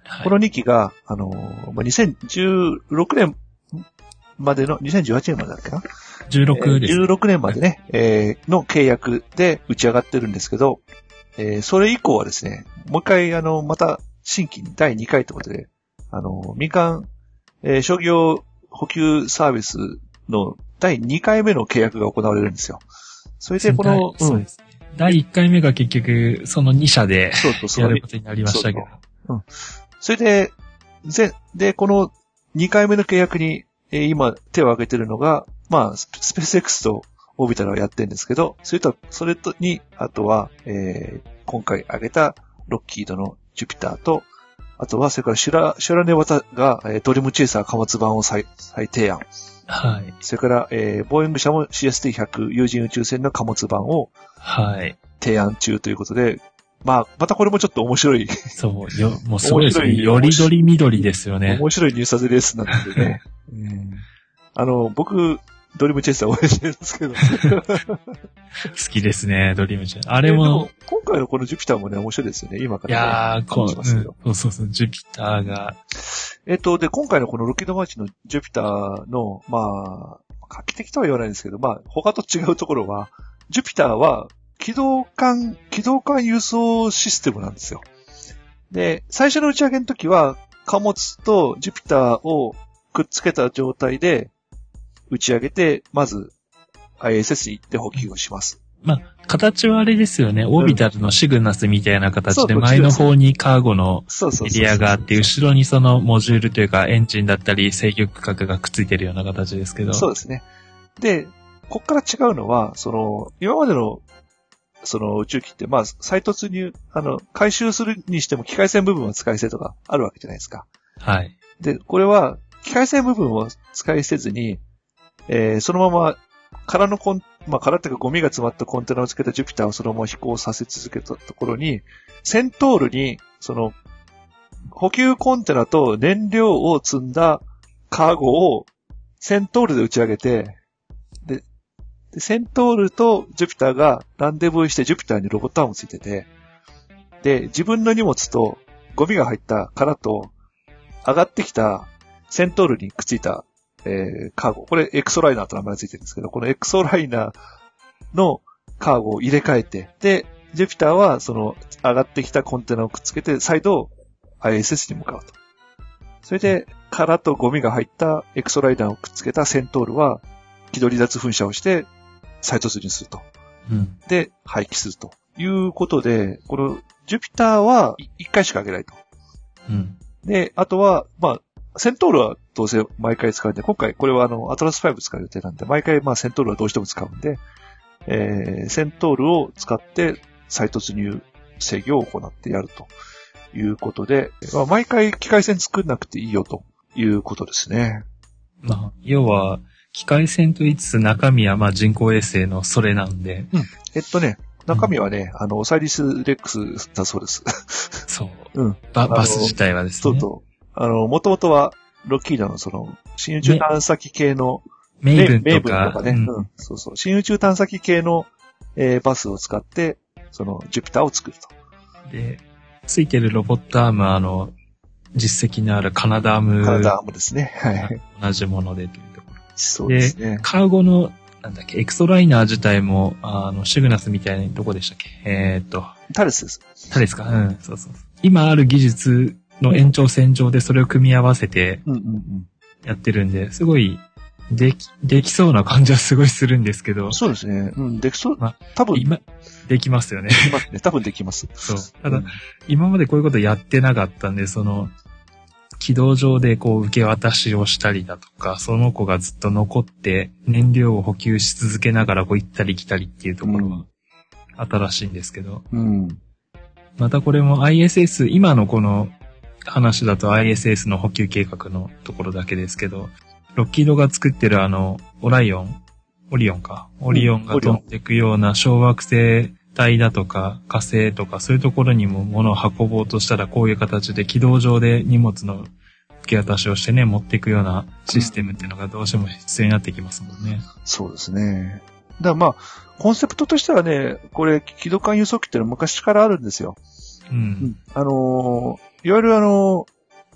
A: はい、このにきが、あのー、にせんじゅうろくねんまでの、にせんじゅうはちねんまでだっけな
B: じゅうろくです。
A: じゅうろくねんまでね、えー、の契約で打ち上がってるんですけど、えー、それ以降はですね、もう一回、あの、また新規にだいにかいということで、あの、民間、えー、商業補給サービスのだいにかいめの契約が行われるんですよ。それでこの、
B: そうですね。だいいっかいめが結局、そのに社でやることになりましたけど。
A: そうそううん。それで、ぜ、で、このにかいめの契約に、えー、今手を挙げてるのが、まあ、スペース X とオービタルはやってるんですけど、それと、それとに、あとは、えー、今回挙げたロッキードのジュピターと、あとは、それからシュラ、シュラネワタが、えー、ドリームチェイサー貨物版を再、再提案。
B: はい。
A: それから、えー、ボーイング社も シーエスティーひゃく 有人宇宙船の貨物版を、
B: はい。
A: 提案中ということで、まあ、またこれもちょっと面白い。
B: そう、よ、もうすごいですね。よりどりみどりですよね。
A: 面白いニュースレースなんですよね。うん、あの、僕、ドリームチェイサー応援してるんですけど。
B: 好きですね、ドリームチェイサー。あれも、も
A: 今回のこのジュピターもね、面白いですよね、今から、ね。
B: いやー、こう、うん、そうそうそう、ジュピターが。
A: えっと、で、今回のこのロケットマーチのジュピターの、まあ、画期的とは言わないんですけど、まあ、他と違うところは、ジュピターは、機動艦、機動艦輸送システムなんですよ。で、最初の打ち上げの時は、貨物とジュピターをくっつけた状態で打ち上げて、まず アイエスエス に行って補給をします。
B: まあ、形はあれですよね。オービタルのシグナスみたいな形で、前の方にカーゴのエリアがあって、後ろにそのモジュールというかエンジンだったり制御区画がくっついてるような形ですけど。
A: そうですね。で、こっから違うのは、その、今までのその宇宙機って、まあ、再突入、あの、回収するにしても機械線部分は使い捨てとかあるわけじゃないですか。
B: はい。
A: で、これは、機械線部分を使い捨てずに、えー、そのまま、空のコン、まあ、空っていうかゴミが詰まったコンテナをつけたジュピターをそのまま飛行させ続けたところに、セントールに、その、補給コンテナと燃料を積んだカーゴをセントールで打ち上げて、で、でセントールとジュピターがランデブーしてジュピターにロボットアームついてて、で、自分の荷物とゴミが入った殻と上がってきたセントールにくっついた、えー、カーゴ。これエクソライナーと名前がついてるんですけど、このエクソライナーのカーゴを入れ替えて、で、ジュピターはその上がってきたコンテナをくっつけて再度 アイエスエス に向かうと。それで、殻とゴミが入ったエクソライナーをくっつけたセントールは軌道離脱噴射をして再突入すると。
B: うん、
A: で、廃棄するということで、このジュピターはいっかいしか上げないと。
B: うん、
A: で、あとは、まあ、セントールはどうせ毎回使うんで、今回これはあの、アトラスファイブ使う予定なんで、毎回まあセントールはどうしても使うんで、えー、セントールを使って再突入制御を行ってやるということで、まあ、毎回機械線作んなくていいよということですね。
B: まあ、要は、機械線と言いつつ中身はまあ人工衛星のそれなんで。
A: うん。えっとね、中身はね、うん、あの、オサイリス・レックスだそうです。
B: そう。
A: うん。
B: バ、バス自体はですね。
A: そうと。あの、もともとは、ロッキードのその、新宇宙探査機系の、
B: メイブンとか。メイブ
A: ンとかね、うん。うん。そうそう。新宇宙探査機系の、えー、バスを使って、その、ジュピターを作ると。
B: で、ついてるロボットアームは、あの、実績のあるカナダアーム。
A: カナダアームですね。はい。
B: 同じものでというところ。
A: そうですね。
B: で、カーゴの、なんだっけ、エクソライナー自体も、あの、シグナスみたいに、どこでしたっけえー、っと。
A: タレスです。
B: タレスか。うん、そうそう。今ある技術の延長線上でそれを組み合わせて、やってるんで、すごい、でき、できそうな感じはすごいするんですけど。
A: そうですね。うん、できそう。
B: まあ、
A: 多分。
B: 今、できますよね。
A: できますね。多分できます。
B: そう。ただ、うん、今までこういうことやってなかったんで、その、軌道上でこう受け渡しをしたりだとか、その子がずっと残って燃料を補給し続けながらこう行ったり来たりっていうところは新しいんですけど。
A: うん。
B: またこれも アイエスエス、今のこの話だと アイエスエス の補給計画のところだけですけど、ロッキードが作ってるあの、オライオン、オリオンか。オリオンが飛んでいくような小惑星体だとか火星とかそういうところにも物を運ぼうとしたらこういう形で軌道上で荷物の受け渡しをしてね、持っていくようなシステムっていうのがどうしても必要になってきますもんね。
A: そうですね。だからまあ、コンセプトとしてはね、これ、機動艦輸送機ってのは昔からあるんですよ。
B: うん。うん、
A: あのー、いわゆるあのー、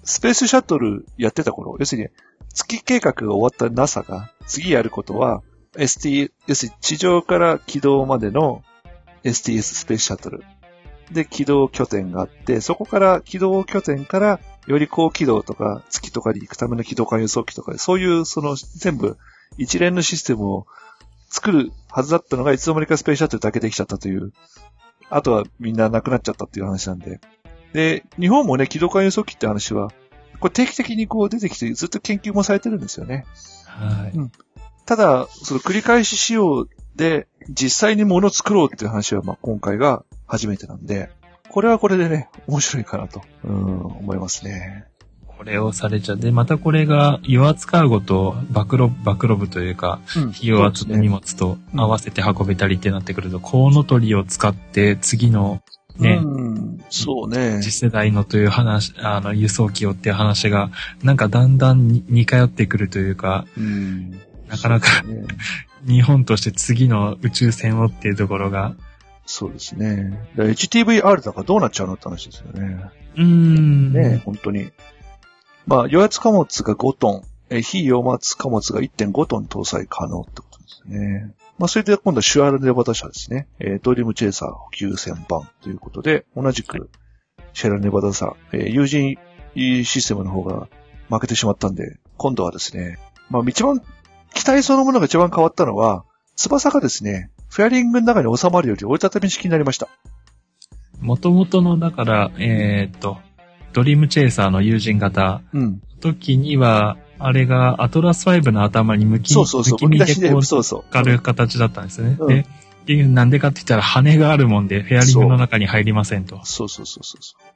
A: スペースシャトルやってた頃、要するに月計画が終わった ナサ が次やることは エスティー、要するに地上から軌道までの エスティーエス スペースシャトルで軌道拠点があって、そこから軌道拠点からより高軌道とか月とかに行くための軌道間輸送機とか、そういうその全部一連のシステムを作るはずだったのがいつの間にかスペースシャトルだけできちゃったという、あとはみんななくなっちゃったっていう話なんで。で、日本もね、軌道間輸送機って話は、これ定期的にこう出てきてずっと研究もされてるんですよね。
B: はい。
A: うん、ただ、その繰り返し使用で実際に物を作ろうっていう話は、まあ今回が初めてなんで、これはこれでね、面白いかなと、うん、思いますね。
B: これをされちゃって、またこれが油圧カーゴとバクロブ、バクロブというか、うん、非油圧の荷物と合わせて運べたりってなってくると、うん、コウノトリを使って次のね、
A: うん、そうね。
B: 次世代のという話、あの、輸送機をっていう話が、なんかだんだん似通ってくるというか、うん、なかなか、ね、日本として次の宇宙船をっていうところが。
A: そうですね。エイチティーブイアール だからどうなっちゃうのって話ですよね。
B: うーん。
A: ね、本当に。まあ、油圧貨物がごトン、え非油圧貨物が いってんごトン搭載可能ってことですね。まあ、それで今度はシュアルネバダ社ですね。えー、ドリームチェイサー補給船版ということで、同じくシュアルネバダ社、えー、有人システムの方が負けてしまったんで、今度はですね、まあ、一番、機体そのものが一番変わったのは、翼がですね、フェアリングの中に収まるより折りたたみ式になりました。
B: 元々の、だから、えー、っと、ドリームチェイサーの有人型の時には、うん、あれがアトラスファイブの頭に向き、
A: そうそうそう、
B: 向き身でこう、
A: そうそう
B: かる形だったんですよね。うん、で、っていうなんでかって言ったら羽があるもんで、フェアリングの中に入りませんと。
A: そうそうそうそうそう。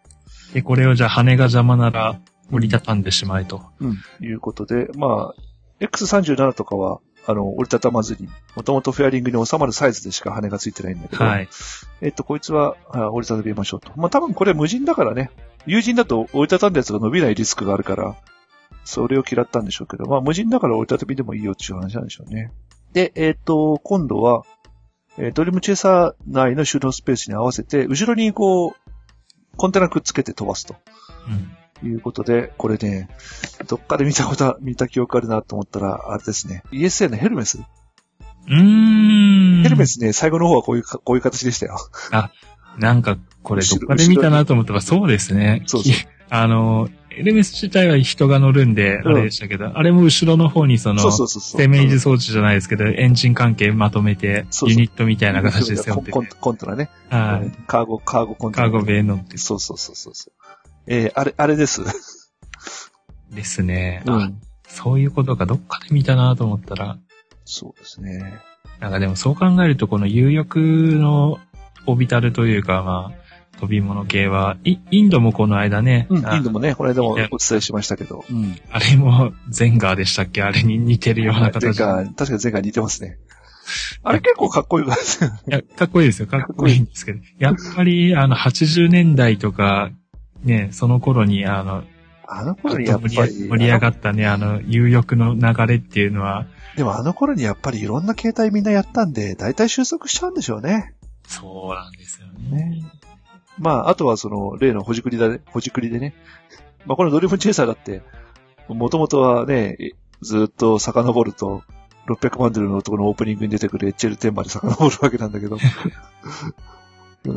B: で、これをじゃあ羽が邪魔なら折りたたんでしまえと。
A: うん。うん、いうことで、まあ、エックスさんじゅうなな とかは、あの、折りたたまずに、もともとフェアリングに収まるサイズでしか羽がついてないんだけど、はい。えっと、こいつは、折りたたみましょうと。まあ、多分これ無人だからね、有人だと折りたたんだやつが伸びないリスクがあるから、それを嫌ったんでしょうけど、まあ、無人だから折りたたみでもいいよっていう話なんでしょうね。で、えっと、今度は、えー、ドリームチェイサー内の収納スペースに合わせて、後ろにこう、コンテナくっつけて飛ばすと。うん。いうことで、これね、どっかで見たこと、見た記憶あるなと思ったら、あれですね。イーエスエー のヘルメス。
B: うーん。
A: ヘルメスね、最後の方はこういう、こういう形でしたよ。
B: あ、なんか、これどっかで見たなと思ったら、そうですね。
A: そうそう。
B: あの、ヘルメス自体は人が乗るんで、あれでしたけど、うん、あれも後ろの方にその、そうそうそうそう、生命維持装置じゃないですけど、エンジン関係まとめて、そうそう、ユニットみたいな形ですよね。
A: コント、コントラね。
B: はい。
A: カーゴ、カーゴコント
B: ラ。カーゴベイ乗って。
A: そうそうそうそう。えー、あれ、あれです。
B: ですね。
A: うん。
B: そういうことか、どっかで見たなと思ったら。
A: そうですね。
B: なんかでもそう考えると、この有翼のオビタルというか、まあ、飛び物系は、イインドもこの間ね。
A: うん、インドもね、この間もお伝えしましたけど。
B: うん。あれも、ゼンガーでしたっけ？あれに似てるような形。
A: ゼンガー、確かにゼンガー似てますね。あれ結構かっこいいですよ。
B: いや、かっこいいですよ。かっこいいんですけど。やっぱり、あの、はちじゅうねんだいとか、ね、その頃に、あの、
A: あの頃にやっぱり
B: 盛り上がったね、あの、有翼の流れっていうのは。
A: でもあの頃にやっぱりいろんな形態みんなやったんで、大体収束しちゃうんでしょうね。
B: そうなんですよね。
A: まあ、あとはその、例のほじくりだね、ほじくりでね。まあ、このドリームチェイサーだって、もともとはね、ずっと遡ると、ろっぴゃくまんドルの男のオープニングに出てくるエッチエルテンまで遡るわけなんだけど。うん、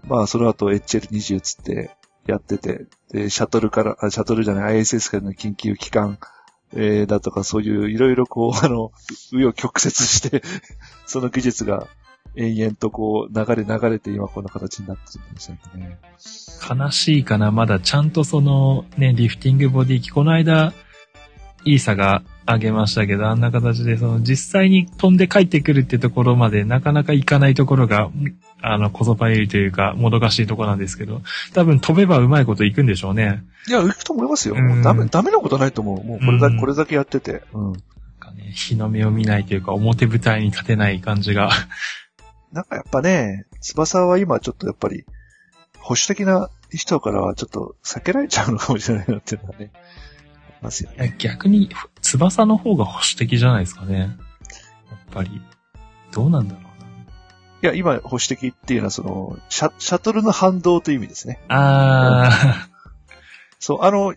A: まあ、その後 エイチエルにじゅう つってやってて、で、シャトルから、シャトルじゃない、アイエスエス からの緊急帰還、えー、だとかそういういろいろこう、あの、紆余曲折して、その技術が延々とこう、流れ流れて今こんな形になってるんですよね。
B: 悲しいかな、まだちゃんとその、ね、リフティングボディ機、この間、イーサが上げましたけど、あんな形で、その、実際に飛んで帰ってくるってところまで、なかなか行かないところが、あの、こそばゆいというか、もどかしいところなんですけど、多分飛べばうまいこと行くんでしょうね。
A: いや、行くと思いますよ。もうダメ、ダメなことないと思う。もうこれだけ、これだけやってて。うん。なん
B: かね、日の目を見ないというか、表舞台に立てない感じが。
A: なんかやっぱね、翼は今ちょっとやっぱり、保守的な人からはちょっと避けられちゃうのかもしれないなっていうのはね、ありますよね。
B: 逆に、翼の方が保守的じゃないですかね。やっぱり。どうなんだろうな。い
A: や、今保守的っていうのはその、シャ、シャトルの反動という意味ですね。
B: あー。
A: そう、あの、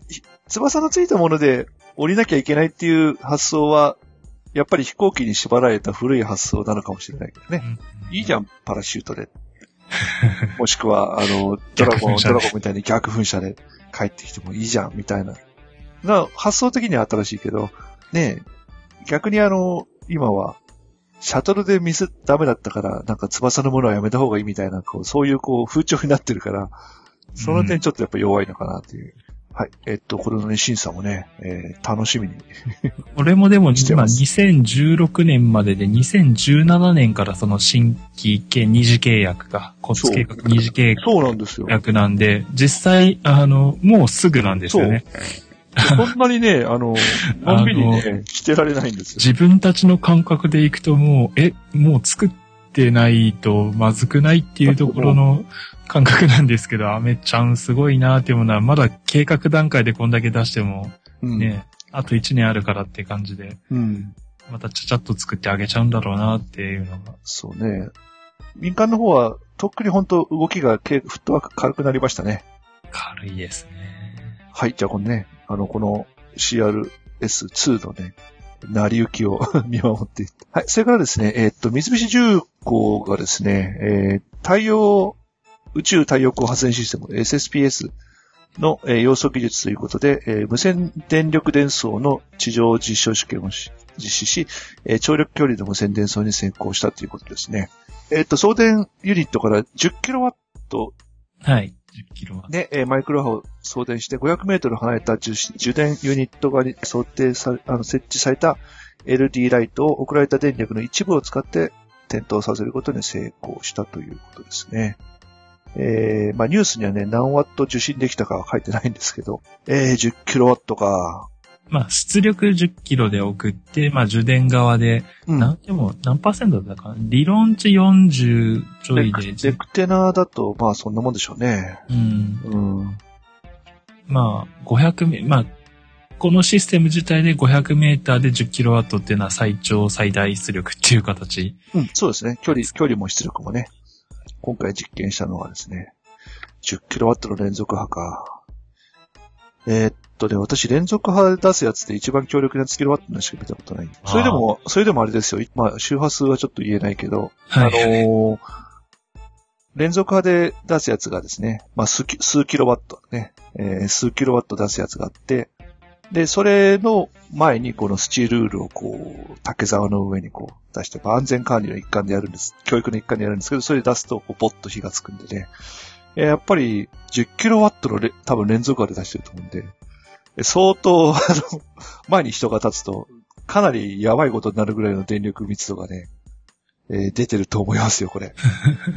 A: 翼のついたもので降りなきゃいけないっていう発想は、やっぱり飛行機に縛られた古い発想なのかもしれないけどね。うん、いいじゃん、パラシュートで。もしくは、あの、ドラゴン、ドラゴンみたいに逆噴射で帰ってきてもいいじゃん、みたいな。な発想的には新しいけど、ねえ、逆にあの、今は、シャトルでミスダメだったから、なんか翼のものはやめた方がいいみたいな、こう、そういうこう、風潮になってるから、その点ちょっとやっぱ弱いのかなっていう。うん、はい。えっと、これのね、審査もね、えー、楽しみに。
B: 俺もでも、今、にせんじゅうろくねんまでで、にせんじゅうななねんからその新規系二次契約が、コツ計画二次契約。
A: そうなんですよ。
B: 約なんで、実際、あの、もうすぐなんですよね。
A: そんなにね、あの、のんびりね、してられないんですよ。
B: 自分たちの感覚でいくともう、え、もう作ってないとまずくないっていうところの感覚なんですけど、アメちゃんすごいなっていうものは、まだ計画段階でこんだけ出しても、ね、うん、あといちねんあるからって感じで、うん、またちゃちゃっと作ってあげちゃうんだろうなっていうのが。
A: そうね。民間の方は、とっくに本当動きが、フットワーク軽くなりましたね。
B: 軽いですね。
A: はい、じゃあこのね、あの、この シーアールエスツー のね、成り行きを見守っていって。はい、それからですね、えー、っと、三菱重工がですね、えー、太陽、宇宙太陽光発電システム エスエスピーエス の、えー、要素技術ということで、えー、無線電力伝送の地上実証試験を実施し、えー、長力距離の無線伝送に成功したということですね。えー、っと、送電ユニットからじゅっキロワット。
B: はい。じゅっキロワット。
A: で、えー、マイクロ波を送電してごひゃくメートル離れた受電ユニット側に想定さあの設置された エルイーディー ライトを送られた電力の一部を使って点灯させることに成功したということですね。えー、まあニュースにはね、何ワット受信できたかは書いてないんですけど、えー、じゅっキロワットか。
B: まあ、出力じゅっキロで送って、まあ、受電側で、うん、なんでも何パーセントだかな、理論値よんじゅうちょいで。
A: デクテナーだと、まあ、そんなもんでしょうね。
B: うん。うん。まあ、ごひゃくメ、まあ、このシステム自体でごひゃくメーターでじゅっキロワットっていうのは最長最大出力っていう形。
A: うん、そうですね。距離、距離も出力もね。今回実験したのはですね、じゅっキロワットの連続波か。えー、っとね、私連続波出すやつで一番強力ないちキロワットのしか見たことない。それでも、それでもあれですよ。まあ、周波数はちょっと言えないけど、はい、あのー、連続波で出すやつがですね、まあ、数キ、数キロワットね、えー、数キロワット出すやつがあって、で、それの前にこのスチールールをこう、竹竿の上にこう出して、安全管理の一環でやるんです。教育の一環でやるんですけど、それで出すと、こう、ポッと火がつくんでね。やっぱりじゅっキロワットのレ多分連続波で出してると思うんで、相当、あの、前に人が立つと、かなりやばいことになるぐらいの電力密度がね、えー、出てると思いますよ、これ。うん。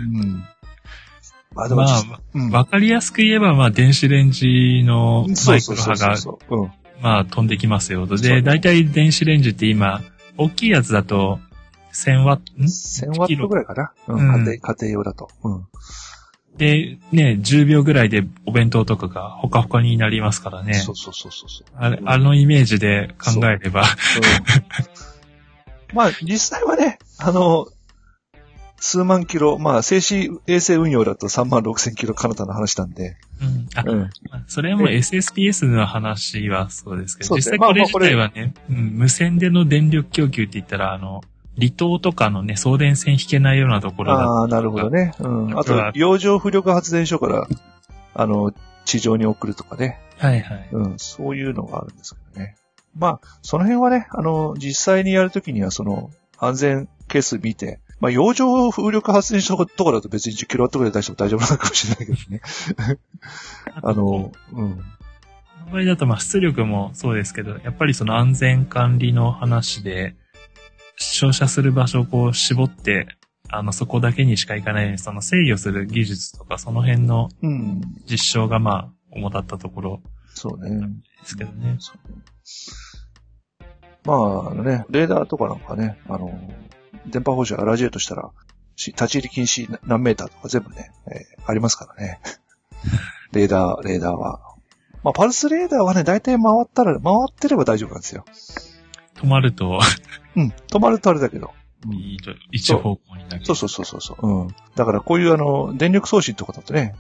B: まあ、でもまあ、うん、わかりやすく言えば、まあ、電子レンジのマイクロ波が、まあ、飛んできますよ。で、だいたい電子レンジって今、大きいやつだと、せんワット、ん ?
A: せん ワットぐらいかな、うん、家庭、家庭用だと。うん。
B: で、ね、じゅうびょうぐらいでお弁当とかがほかほかになりますからね。
A: そうそうそうそう。
B: あれ、あのイメージで考えれば。うん、
A: まあ、実際はね、あの、数万キロ、まあ、静止衛星運用だとさんまんろくせんキロ彼方の話なんで。
B: うん。あ、うん、それはもう エスエスピーエス の話はそうですけど、実際これ自体はね、まあまあ、うん、無線での電力供給って言ったら、あの、離島とかのね、送電線引けないようなところだと。
A: ああ、なるほどね。うん。あと、洋上浮力発電所から、あの、地上に送るとかね。
B: はいはい。
A: うん、そういうのがあるんですけどね。まあ、その辺はね、あの、実際にやるときには、その、安全係数見て、まあ、洋上風力発電所とかだと別にじゅっキロワットぐらい出しても大丈夫なのかもしれないけどね。あの、うん。
B: この場合だと、まあ、出力もそうですけど、やっぱりその安全管理の話で、照射する場所をこう絞って、あの、そこだけにしか行かないように、その制御する技術とか、その辺の実証がまあ、主だったところ。
A: そうね。
B: ですけどね。
A: そうね。まあ、あのね、レーダーとかなんかね、あの、電波放射ラジエートしたら、立ち入り禁止何メーターとか全部ね、えー、ありますからね。レーダー、レーダーは。まあ、パルスレーダーはね、大体回ったら、回ってれば大丈夫なんですよ。
B: 止まると。
A: うん、止まるとあれだけど。
B: うん、一方向になる。
A: そうそうそうそうそう。うん。だからこういうあの、電力送信とかだとね、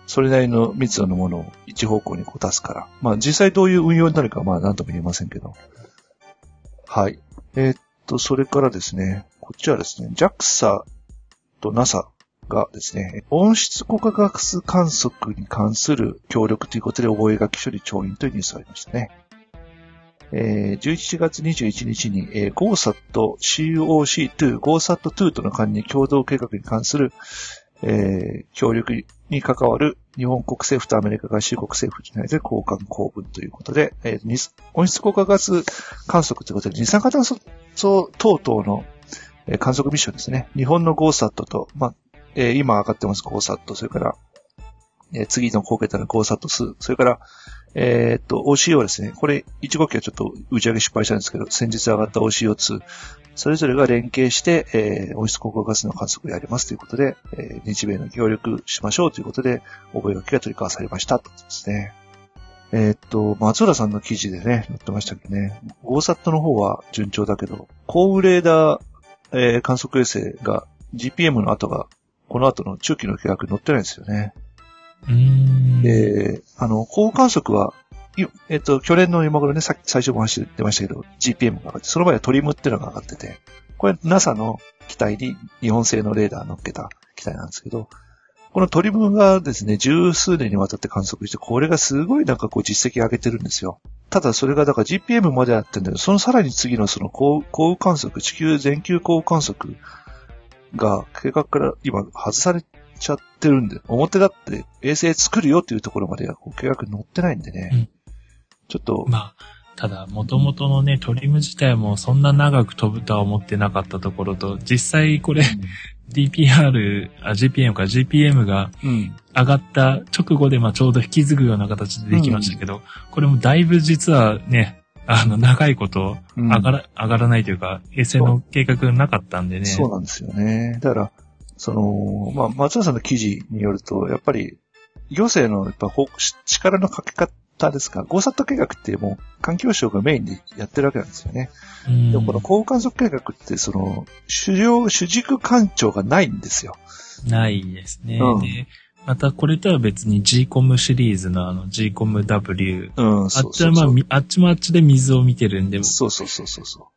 A: それなりの密度のものを一方向にこう出すから。まあ実際どういう運用になるかはまあ何とも言えませんけど。はい。えー、っと、それからですね、こっちはですね、ジャクサ と ナサ がですね、温室効果ガス観測に関する協力ということで覚書処理調印というニュースがありましたね。えー、じゅういちがつにじゅういちにちに、えー、ゴーサット シーオーシーツー、ゴーサットツーとの関連共同計画に関する、えー、協力に関わる日本国政府とアメリカ合衆国政府に対する交換公文ということで、えー、温室効果ガス観測ということで、二酸化炭素等々の、えー、観測ミッションですね。日本のゴーサットと、まあ、えー、今上がってますゴーサット、それから、えー、次の高桁のゴーサットツー、それから、えー、っと、オーシーオー ですね。これ、いち号機はちょっと打ち上げ失敗したんですけど、先日上がった オーシーオーツー、それぞれが連携して、えー、温室効果ガスの観測をやりますということで、えー、日米の協力しましょうということで、覚書が取り交わされましたということですね。えー、っと、松浦さんの記事でね、載ってましたけどね、ゴーサットの方は順調だけど、降雨レーダー、えー、観測衛星が ジーピーエム の後が、この後の中期の計画に載ってないんですよね。
B: うーん
A: で、あの、降雨観測は、えっと、去年の今頃ね、さ最初も話してましたけど、ジーピーエム が上がって、その前はトリムっていうのが上がってて、これ ナサ の機体に日本製のレーダー乗っけた機体なんですけど、このトリムがですね、十数年にわたって観測して、これがすごいなんかこう実績上げてるんですよ。ただそれがだから ジーピーエム までやってんだけど、そのさらに次のその降雨観測、地球全球降雨観測が計画から今外されちゃってるんで、表だって衛星作るよっていうところまでは計画載ってないんでね。うんちょっと。
B: まあ、ただ、元々のね、トリム自体もそんな長く飛ぶとは思ってなかったところと、実際これ、うん、ディーピーアール、あ、ジーピーエム か ジーピーエム が上がった直後で、まあちょうど引き継ぐような形でできましたけど、うん、これもだいぶ実はね、あの、長いこと上がら、うん、上がらないというか、衛星の計画がなかったんでね。
A: そうなんですよね。だから、その、まあ、松田さんの記事によると、やっぱり、行政のやっぱ力のかけ方、ですか、ゴーサット計画ってもう環境省がメインでやってるわけなんですよね。でもこの降雨観測計画ってその主要、主軸官庁がないんですよ。
B: ないですね。うん、でまたこれとは別に ジーコム シリーズのあの ジーコムダブリュー。うん、そうそうそう。あっちはまあ、あっちもあっちで水を見てるんで。
A: そうそうそうそうそう。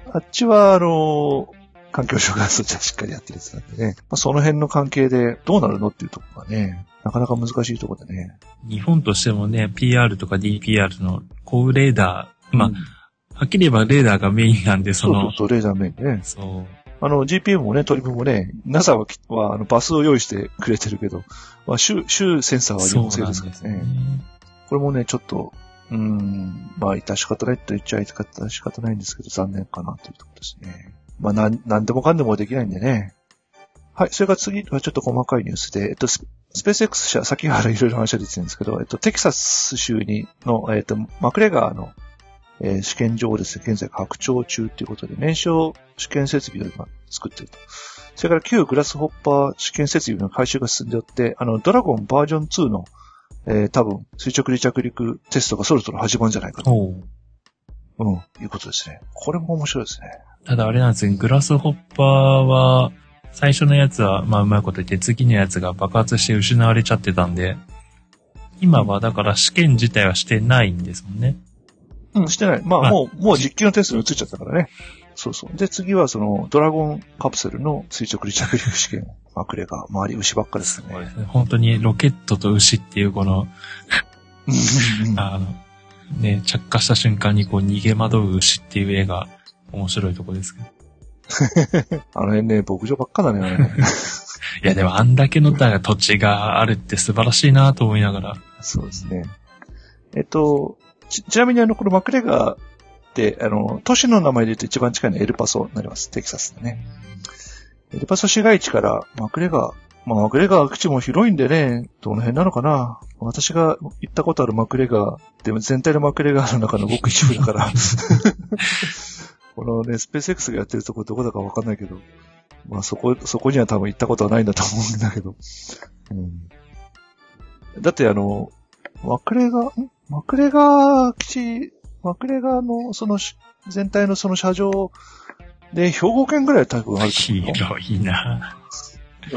A: あっちはあの、環境省がそっちはしっかりやってるやつなんでね。まあ、その辺の関係でどうなるのっていうところがね。なかなか難しいところでね。
B: 日本としてもね、ピーアール とか ディーピーアール の降雨レーダー、まあ、うん、はっきり言えばレーダーがメインなんで、その。
A: そうそうそう、レーダーメインね。
B: そう。
A: あの、ジーピーエム もね、トリムもね、ナサ は、はあのバスを用意してくれてるけど、まあ、主、主センサーは日本製ですからね。これもね、ちょっと、うーん、まあ、致し方ないと言っちゃ致し方ないんですけど、残念かなというところですね。まあ、なん、なんでもかんでもできないんでね。はい。それから次はちょっと細かいニュースで、えっと、スペース X 社、先ほどいろいろ話が出てるんですけど、えっと、テキサス州にの、えっと、マクレガーの、えー、試験場をですね、現在拡張中ということで、燃焼試験設備を今作っていると。それから旧グラスホッパー試験設備の改修が進んでおって、あの、ドラゴンバージョンツーの、えー、多分、垂直離着陸テストがそろそろ始まるんじゃないかと。うん、いうことですね。これも面白いですね。
B: ただあれなんですね、グラスホッパーは、最初のやつは、まあうまいこと言って、次のやつが爆発して失われちゃってたんで、今はだから試験自体はしてないんですもんね。
A: うん、してない。まあもう、もう実機のテストに移っちゃったからね。そうそう。で、次はその、ドラゴンカプセルの垂直離着陸試験。マクレが、周り牛ばっかですね。
B: そうですね。本当にロケットと牛っていうこの、あの、ね、着火した瞬間にこう逃げ惑う牛っていう絵が面白いとこですけど。
A: あの辺ね、牧場ばっかだね。
B: いや、でもあんだけの土地があるって素晴らしいなと思いながら。
A: そうですね。えっと、ち、ちなみにあの、このマクレガーって、あの、都市の名前で言うと一番近いのはエルパソになります。テキサスでね。エルパソ市街地からマクレガー、まあマクレガー口も広いんでね、どの辺なのかな。私が行ったことあるマクレガー、でも全体のマクレガーの中のごく一部だから。このね、スペース X がやってるとこどこだかわかんないけど、まあそこ、そこには多分行ったことはないんだと思うんだけど。うん、だってあの、マクレガー、んマクレガー基地、マクレガーのその全体のその車上で兵庫県ぐらい多分あると思う。
B: 広いな。
A: うん。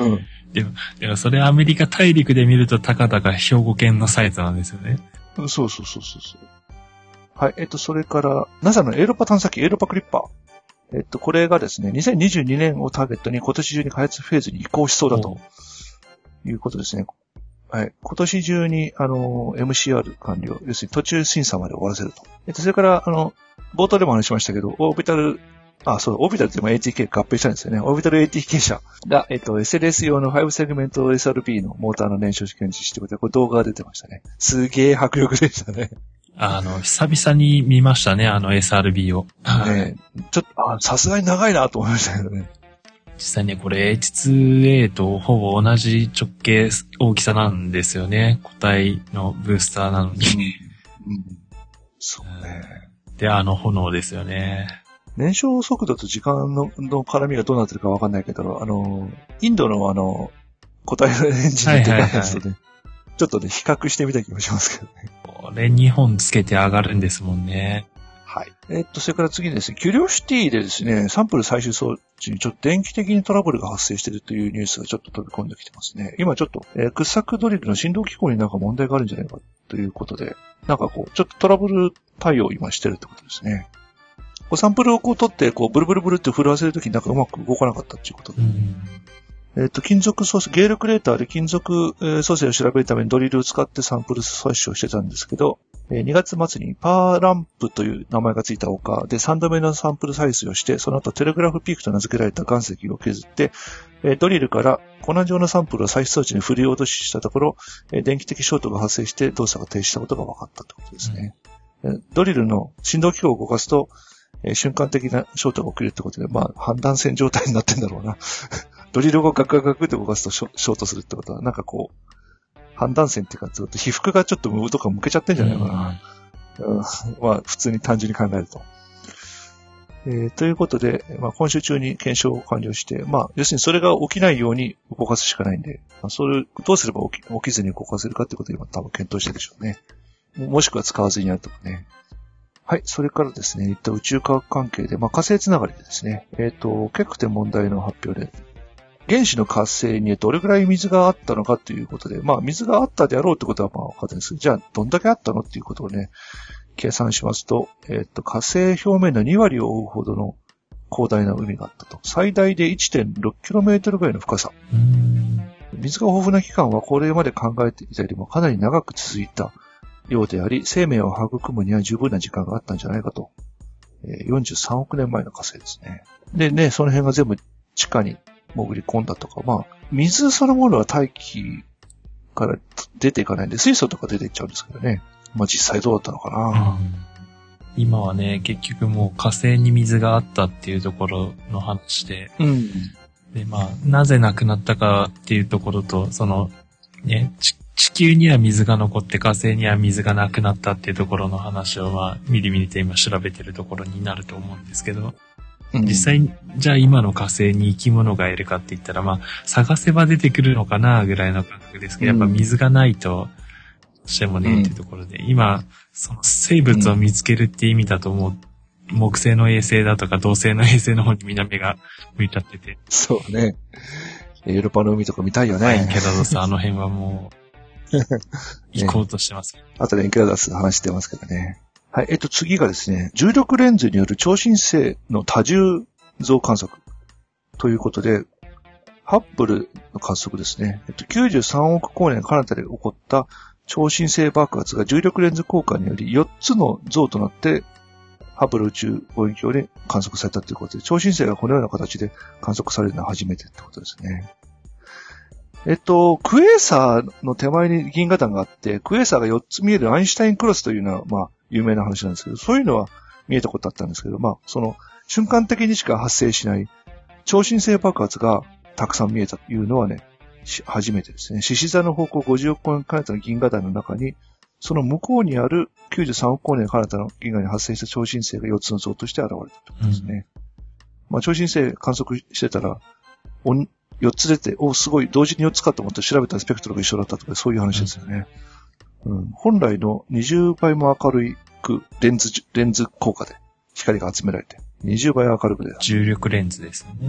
B: でも、でもそれアメリカ大陸で見るとたかだか兵庫県のサイズなんですよね。
A: そうそうそうそうそう。はい、えっと、それから、ナサ のエーロパ探査機エーロパクリッパー。えっと、これがですね、にせんにじゅうにねんをターゲットに今年中に開発フェーズに移行しそうだということですね。はい。今年中に、あの、エムシーアール 完了。要するに途中審査まで終わらせると。えっと、それから、あの、冒頭でも話しましたけど、オービタル、あ、そう、オービタルっても エーティーケー 合併したんですよね。オービタル エーティーケー 社が、えっと、エスエルエス 用のごセグメント エスアールビー のモーターの燃焼試験実施ということで、これ動画が出てましたね。すげえ迫力でしたね。
B: あの、久々に見ましたね、あの エスアールビー を。
A: ねえ、ちょっと、あ、さすがに長いなと思いましたけどね。
B: 実際ね、これ エイチツーエー とほぼ同じ直径大きさなんですよね。固体のブースターなのに。
A: うんうん、そうね。
B: で、あの炎ですよね。
A: 燃焼速度と時間のの絡みがどうなってるかわかんないけど、あの、インドのあの、固体のエンジンでかいやつとね、ちょっとね、比較してみた気もしますけどね。
B: これにほんつけて上がるんですもんね。
A: はい。えっと、それから次にですね、キュリオシティでですね、サンプル採集装置にちょっと電気的にトラブルが発生しているというニュースがちょっと飛び込んできてますね。今ちょっと、えー、掘削ドリルの振動機構になんか問題があるんじゃないかということで、なんかこう、ちょっとトラブル対応を今してるってことですね。こうサンプルをこう取って、こう、ブルブルブルって震わせるときになんかうまく動かなかったっていうことで。うんえっと、金属素子、ゲールクレーターで金属、えー、素子を調べるためにドリルを使ってサンプル採取をしてたんですけど、えー、にがつ末にパーランプという名前がついた丘でさんどめのサンプル採取をして、その後テレグラフピークと名付けられた岩石を削って、えー、ドリルから粉状のサンプルを採取装置に振り落とししたところ、えー、電気的ショートが発生して動作が停止したことが分かったということですね。うん、ドリルの振動機構を動かすと、えー、瞬間的なショートが起きるってことで、まあ、判断線状態になってんだろうな。ドリルをガクガクガクって動かすとショートするってことは、なんかこう、判断線っていうか、ずっと皮膚がちょっとムーとか向けちゃってんじゃないかな。うん、まあ、普通に単純に考えると。えー、ということで、まあ、今週中に検証を完了して、まあ、要するにそれが起きないように動かすしかないんで、まあ、それ、どうすれば起き、起きずに動かせるかってことを今多分検討してるでしょうね。もしくは使わずにやるとかね。はい。それからですね、いった宇宙科学関係で、まあ、火星つながりでですね、えっと、結構点問題の発表で、原子の活性にどれくらい水があったのかということで、まあ水があったであろうってことはまあ分かってるんですけど、じゃあどんだけあったのっていうことをね、計算しますと、えっと、火星表面のにわりを覆うほどの広大な海があったと。最大で いってんろくキロメートル ぐらいの深さ。水が豊富な期間はこれまで考えていたよりもかなり長く続いたようであり、生命を育むには十分な時間があったんじゃないかと。よんじゅうさんおくねんまえの火星ですね。でね、その辺が全部地下に潜り込んだとか、まあ、水そのものは大気から出ていかないんで、水素とか出ていっちゃうんですけどね。まあ実際どうだったのかな、うん、
B: 今はね、結局もう火星に水があったっていうところの話で、
A: うん、
B: で、まあ、なぜなくなったかっていうところと、その、ね、地球には水が残って火星には水がなくなったっていうところの話を、まあ、みりみりと今調べてるところになると思うんですけど、実際、じゃあ今の火星に生き物がいるかって言ったら、まあ、探せば出てくるのかなぐらいの感覚ですけど、やっぱ水がないと、どうしてもね、っていうところで、今、その生物を見つけるっていう意味だともう、木星の衛星だとか土星の衛星の方にみんな目が向いちゃってて。
A: そうね。ヨーロッパの海とか見たいよね。
B: エンケラドス、あの辺はもう、行こうとしてます、ね。
A: あとでエンケラドス話してますけどね。はい。えっと、次がですね、重力レンズによる超新星の多重像観測ということで、ハッブルの観測ですね。えっと、きゅうじゅうさんおく光年彼方で起こった超新星爆発が重力レンズ効果によりよっつの像となって、ハッブル宇宙望遠鏡で観測されたということで、超新星がこのような形で観測されるのは初めてってことですね。えっと、クエーサーの手前に銀河団があって、クエーサーがよっつ見えるアインシュタインクロスというのは、まあ、有名な話なんですけど、そういうのは見えたことあったんですけど、まあ、その瞬間的にしか発生しない超新星爆発がたくさん見えたというのはね、初めてですね。獅子座の方向ごじゅうおく光年彼方の銀河団の中に、その向こうにあるきゅうじゅうさんおく光年彼方の銀河に発生した超新星がよっつの像として現れたということですね。うん、まあ、超新星観測してたら、よっつ出て、お、すごい、同時によっつかと思って調べたらスペクトルが一緒だったとか、そういう話ですよね。うんうん、本来のにじゅうばいも明るくレンズ、レンズ効果で光が集められて、にじゅうばい明るくで。
B: 重力レンズですよね。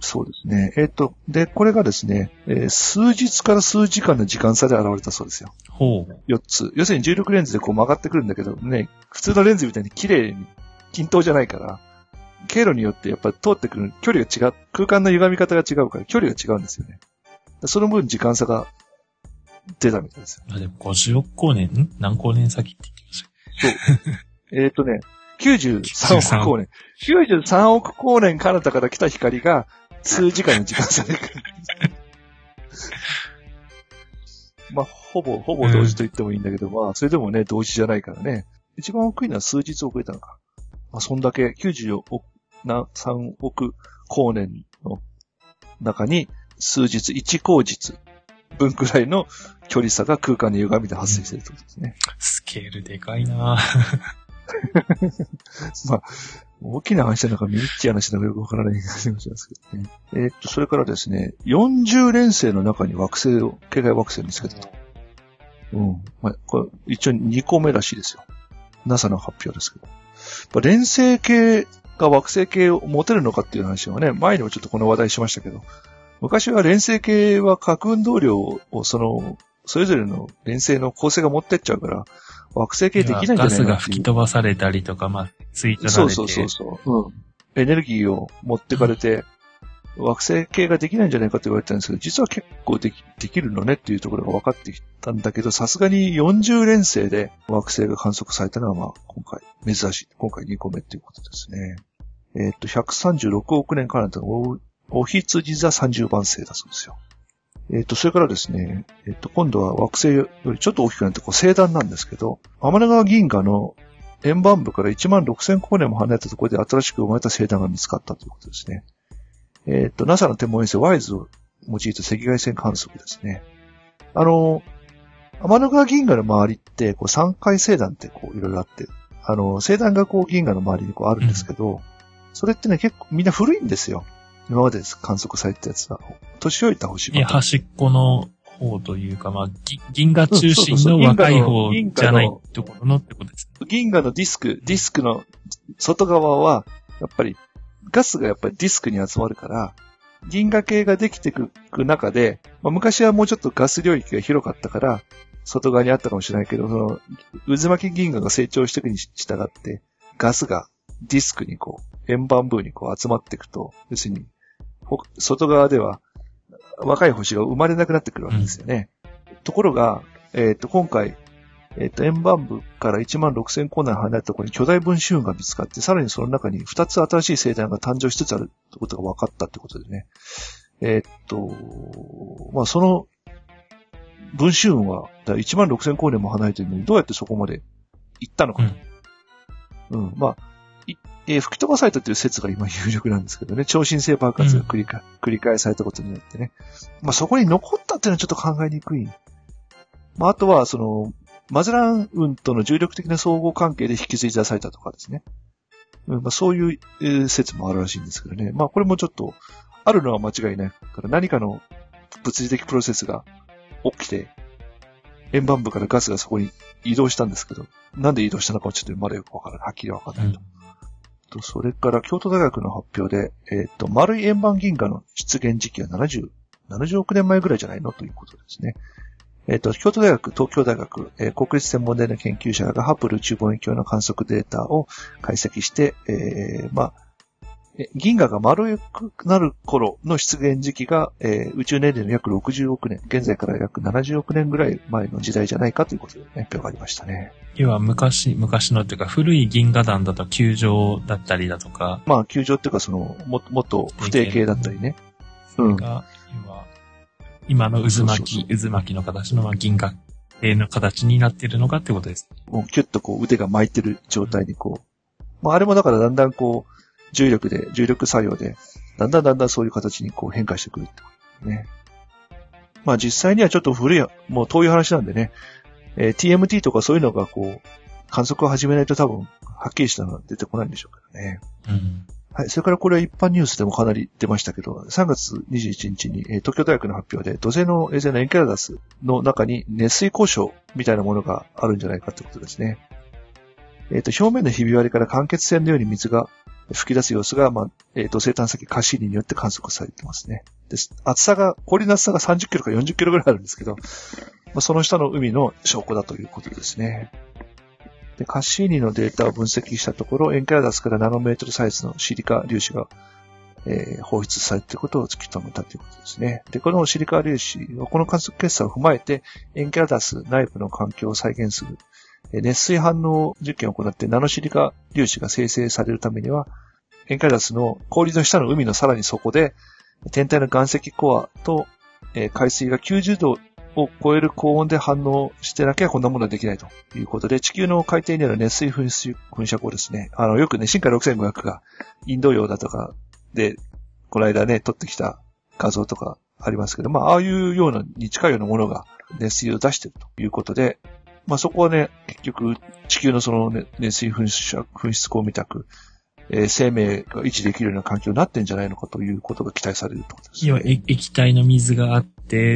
A: そうですね。えっ、ー、と、で、これがですね、えー、数日から数時間の時間差で現れたそうですよ。
B: ほう。
A: よっつ。要するに重力レンズでこう曲がってくるんだけどね、普通のレンズみたいに綺麗に均等じゃないから、経路によってやっぱり通ってくる距離が違う、空間の歪み方が違うから距離が違うんですよね。その分時間差が出たみたいですよ。
B: あ、でもごじゅうおく光年、ん何光年先って言ってました
A: そう。えっとね、きゅうじゅうさんおく光年。きゅうじゅうさんおく光年彼方から来た光が数時間の時間差で来る。まあ、ほぼ、ほぼ同時と言ってもいいんだけど、うん、まあ、それでもね、同時じゃないからね。一番大きいのは数日遅れたのか。まあ、そんだけきゅうじゅうさんおく光年の中に数日、いち光日分くらいの距離差が空間の歪みで発生しているということですね。
B: スケールでかいな
A: まあ、大きな話なのか、ミニッチ話なのかよくわからない気がしますけどね。えー、っと、それからですね、よんじゅう連星の中に惑星を、系外惑星を見つけたと。うん。まあ、これ、一応にこめらしいですよ。ナサ の発表ですけど。まあ、連星系が惑星系を持てるのかっていう話はね、前にもちょっとこの話題しましたけど、昔は連星系は核運動量を、その、それぞれの連星の構成が持ってっちゃうから、惑星系できないんじゃないかっていう。
B: ガスが吹き飛ばされたりとか、まあ、ついてられて。
A: そうそうそうそう。うん。エネルギーを持ってかれて、うん、惑星系ができないんじゃないかと言われてたんですけど、実は結構でき、できるのねっていうところが分かってきたんだけど、さすがによんじゅう連星で惑星が観測されたのは、まあ、今回、珍しい。今回にこめっていうことですね。えー、っと、ひゃくさんじゅうろくおく年からのお、おひつじ座さんじゅうばん星だそうですよ。えっと、それからですね、えっと、今度は惑星よりちょっと大きくなって、こう、星団なんですけど、天の川銀河の円盤部からいちまんろくせん光年も離れたところで新しく生まれた星団が見つかったということですね。えっと、ナサ の天文衛星ワイズを用いた赤外線観測ですね。あの、天の川銀河の周りって、こう、三回星団ってこう、いろいろあって、あの、星団がこう、銀河の周りにこう、あるんですけど、うん、それってね、結構みんな古いんですよ。今まで観測されたやつは。年老いた星ばっかり。
B: いや、端っこの方というか、まあ、銀河中心の若い方じゃないところのってことですね。
A: 銀河のディスク、ディスクの外側は、やっぱり、ガスがやっぱりディスクに集まるから、銀河系ができていく中で、まあ、昔はもうちょっとガス領域が広かったから、外側にあったかもしれないけど、その、渦巻き銀河が成長していくに従って、ガスがディスクにこう、円盤部にこう集まっていくと、要するに、外側では若い星が生まれなくなってくるわけですよね。うん、ところが、えっと、今回、えっと、円盤部からいちまんろくせん光年離れたところに巨大分子雲が見つかって、さらにその中にふたつ新しい星団が誕生しつつあるということが分かったということでね。えっと、まあ、その分子雲は、いちまんろくせん光年も離れているのに、どうやってそこまで行ったのかと。うん、うん、まあ、えー、吹き飛ばされたという説が今有力なんですけどね。超新星爆発が繰り返、うん、繰り返されたことによってね。まあ、そこに残ったっていうのはちょっと考えにくい。まあ、あとは、その、マゼラン雲との重力的な相互関係で引き継い出されたとかですね。うん、まあ、そういう、えー、説もあるらしいんですけどね。まあ、これもちょっと、あるのは間違いないから、何かの物理的プロセスが起きて、円盤部からガスがそこに移動したんですけど、なんで移動したのかはちょっとまだよくわからない。はっきりわからないと。うんそれから京都大学の発表で、えっと、丸い円盤銀河の出現時期はななじゅう、ななじゅうおく年前ぐらいじゃないのということですね。えっと、京都大学、東京大学、えー、国立天文台の研究者がハッブル宇宙望遠鏡の観測データを解析して、えー、まあ、銀河が丸くなる頃の出現時期が、えー、宇宙年齢の約ろくじゅうおく年、現在から約ななじゅうおく年ぐらい前の時代じゃないかということで、ね、発表がありましたね。
B: 要は昔、昔のっていうか古い銀河団だと球状だったりだとか。
A: まあ球状っていうかその、も、もっと不定形だったりね。
B: それが、要は、今の渦巻き、そうそうそう渦巻きの形の銀河系の形になっているのかってことです。
A: もうキュッとこう腕が巻いてる状態にこう。まああれもだからだんだんこう、重力で、重力作用で、だんだんだんだんそういう形にこう変化してくるってことね。まあ実際にはちょっと古い、もう遠い話なんでね、えー、ティーエムティー とかそういうのがこう、観測を始めないと多分、はっきりしたのは出てこないんでしょうからね。
B: うん。
A: はい。それからこれは一般ニュースでもかなり出ましたけど、さんがつにじゅういちにちに、えー、東京大学の発表で、土星の衛星のエンケラダスの中に熱水鉱床みたいなものがあるんじゃないかということですね。えっと、表面のひび割れから間欠泉のように水が吹き出す様子が、まあ、えー、土星探査機カシーニによって観測されてますね。です。厚さが、氷の厚さがさんじゅっキロからよんじゅっキロぐらいあるんですけど、まあ、その下の海の証拠だということですね。で、カシーニのデータを分析したところ、エンケラダスからななメートルサイズのシリカ粒子が、えー、放出されていることを突き止めたということですね。で、このシリカ粒子を、この観測結果を踏まえて、エンケラダス内部の環境を再現する、えー、熱水反応実験を行ってナノシリカ粒子が生成されるためには、エンケラダスの氷の下の海のさらに底で、天体の岩石コアと、えー、海水がきゅうじゅうどを超える高温で反応してなきゃこんなものはできないということで、地球の海底にある熱水噴出噴射口ですね。あの、よくね、深海ろくせんごひゃくがインド洋だとかで、この間ね、撮ってきた画像とかありますけど、まあ、ああいうようなに近いようなものが熱水を出しているということで、まあそこはね、結局地球のその、ね、熱水噴射、噴出口みたく、えー、生命が維持できるような環境になってんじゃないのかということが期待されるということですね。
B: 要は液体の水があって、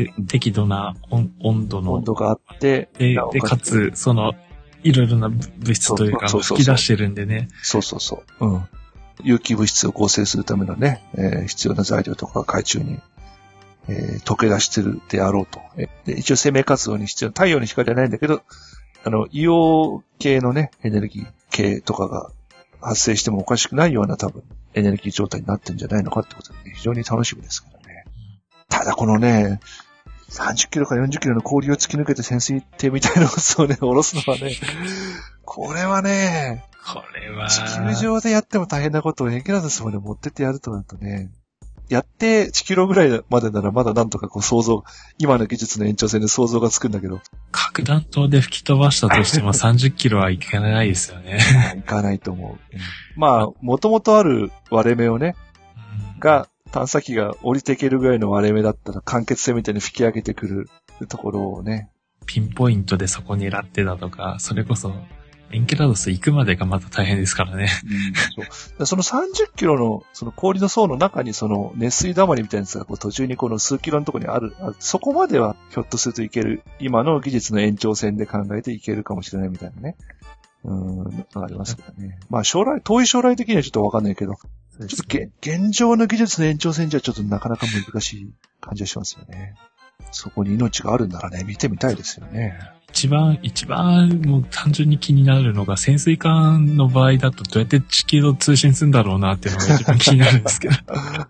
B: 適度な温度の。
A: 温度があって、
B: で、でかつ、その、いろいろな物質というか、吹き出してるんでね。
A: そうそうそう。うん。有機物質を合成するためのね、えー、必要な材料とか海中に、えー、溶け出してるであろうと。で一応生命活動に必要な太陽の光じゃないんだけど、あの、硫黄系のね、エネルギー系とかが発生してもおかしくないような多分エネルギー状態になってんじゃないのかってことで、ね、非常に楽しみですからね。ただこのね、さんじゅっキロからよんじゅっキロの氷を突き抜けて潜水艇みたいなのをね、下ろすのはね、これはね、
B: これは、
A: 地球上でやっても大変なことをエンケラダスまで持ってってやるとなるとね、やっていちキロぐらいまでならまだなんとかこう想像、今の技術の延長線で想像がつくんだけど。
B: 核弾頭で吹き飛ばしたとしてもさんじゅっキロはいかないですよね。
A: いかないと思う。まあ、もともとある割れ目をね、うん、が、探査機が降りていけるぐらいの割れ目だったら間欠性みたいに吹き上げてくるところをね。
B: ピンポイントでそこ狙ってだとか、それこそ、エンケラダス行くまでがまた大変ですからね。
A: うん、そうそのさんじゅっキロのその氷の層の中にその熱水溜まりみたいなやつがこう途中にこの数キロのところにある、ある。そこまではひょっとするといける。今の技術の延長線で考えていけるかもしれないみたいなね。うーん、ありますけどね。まあ将来、遠い将来的にはちょっとわかんないけど、ちょっとげ現状の技術の延長線じゃちょっとなかなか難しい感じがしますよね。そこに命があるんならね、見てみたいですよね。
B: 一番、一番もう単純に気になるのが潜水艦の場合だとどうやって地球と通信するんだろうなっていうのが一番気になるんですけど。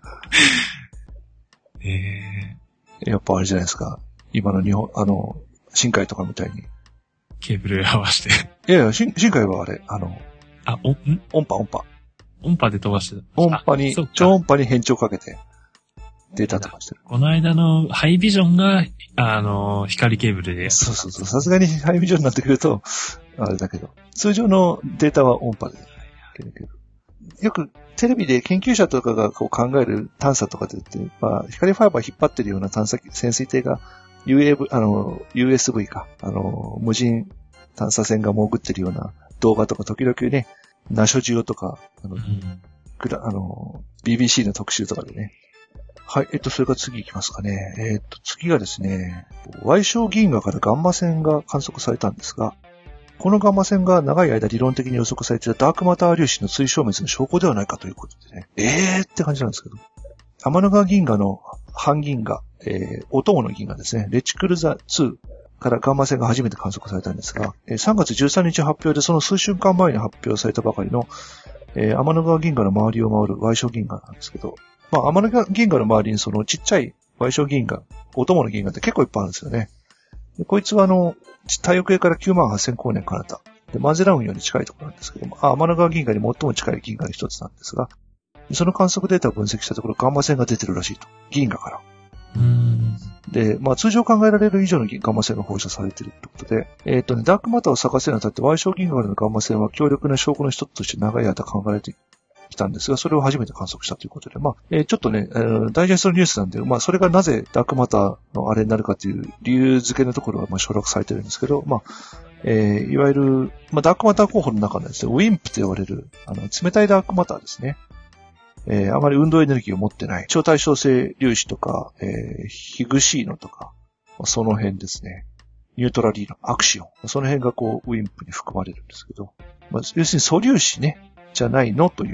B: え
A: ー、やっぱあれじゃないですか。今の日本、あの、深海とかみたいに。
B: ケーブル合わせて。
A: いやいや、深海はあれ、あの、
B: あ、お、ん
A: 音波音波。
B: 音波で飛ばして
A: た。音波に、超音波に変調かけて。データとかしてる。
B: この間のハイビジョンが、あの、光ケーブルで。
A: そうそうそう。さすがにハイビジョンになってくると、あれだけど。通常のデータは音波で。よくテレビで研究者とかがこう考える探査とかで言って、まあ、光ファイバー引っ張ってるような探査機、潜水艇が ユーエーブイ、あの、ユーエスブイ か。あの、無人探査船が潜ってるような動画とか時々ね、ナショジオとか、あの、うん、あの、ビービーシー の特集とかでね、はい、えっと、それから次行きますかね。えっと、次がですね、Y 小銀河からガンマ線が観測されたんですが、このガンマ線が長い間理論的に予測されていたダークマター粒子の追消滅の証拠ではないかということでね。えーって感じなんですけど。天の川銀河の半銀河、えー、お供の銀河ですね。レチクルザツーからガンマ線が初めて観測されたんですが、さんがつじゅうさんにち発表でその数週間前に発表されたばかりの、えー、天の川銀河の周りを回る Y 小銀河なんですけど、まあ、天の川銀河の周りにそのちっちゃい Y 小銀河、お供の銀河って結構いっぱいあるんですよね。でこいつはあの、太陽系からきゅうまんはっせんこうねん彼方。で、マゼランより近いところなんですけども、あ、天の川銀河に最も近い銀河の一つなんですが、その観測データを分析したところ、ガンマ線が出てるらしいと。銀河から。
B: うーん
A: で、まあ通常考えられる以上のガンマ線が放射されているということで、えっとね、ダークマターを探すにあたって Y 小銀河のガンマ線は強力な証拠の一つとして長い間考えられてきたんですが、それを初めて観測したということで、まあ、えー、ちょっとね、えー、ダイジェストのニュースなんで、まあそれがなぜダークマターのあれになるかという理由付けのところはまあ省略されてるんですけど、まあ、えー、いわゆる、まあダークマター候補の中のですね、ウィンプと呼ばれる、あの、冷たいダークマターですね。えー、あまり運動エネルギーを持ってない超対称性粒子とか、えー、ヒグシーノとか、まあ、その辺ですね。ニュートラリーノ、アクシオン。その辺がこう、ウィンプに含まれるんですけど、まあ、要するに素粒子ね、じゃないのという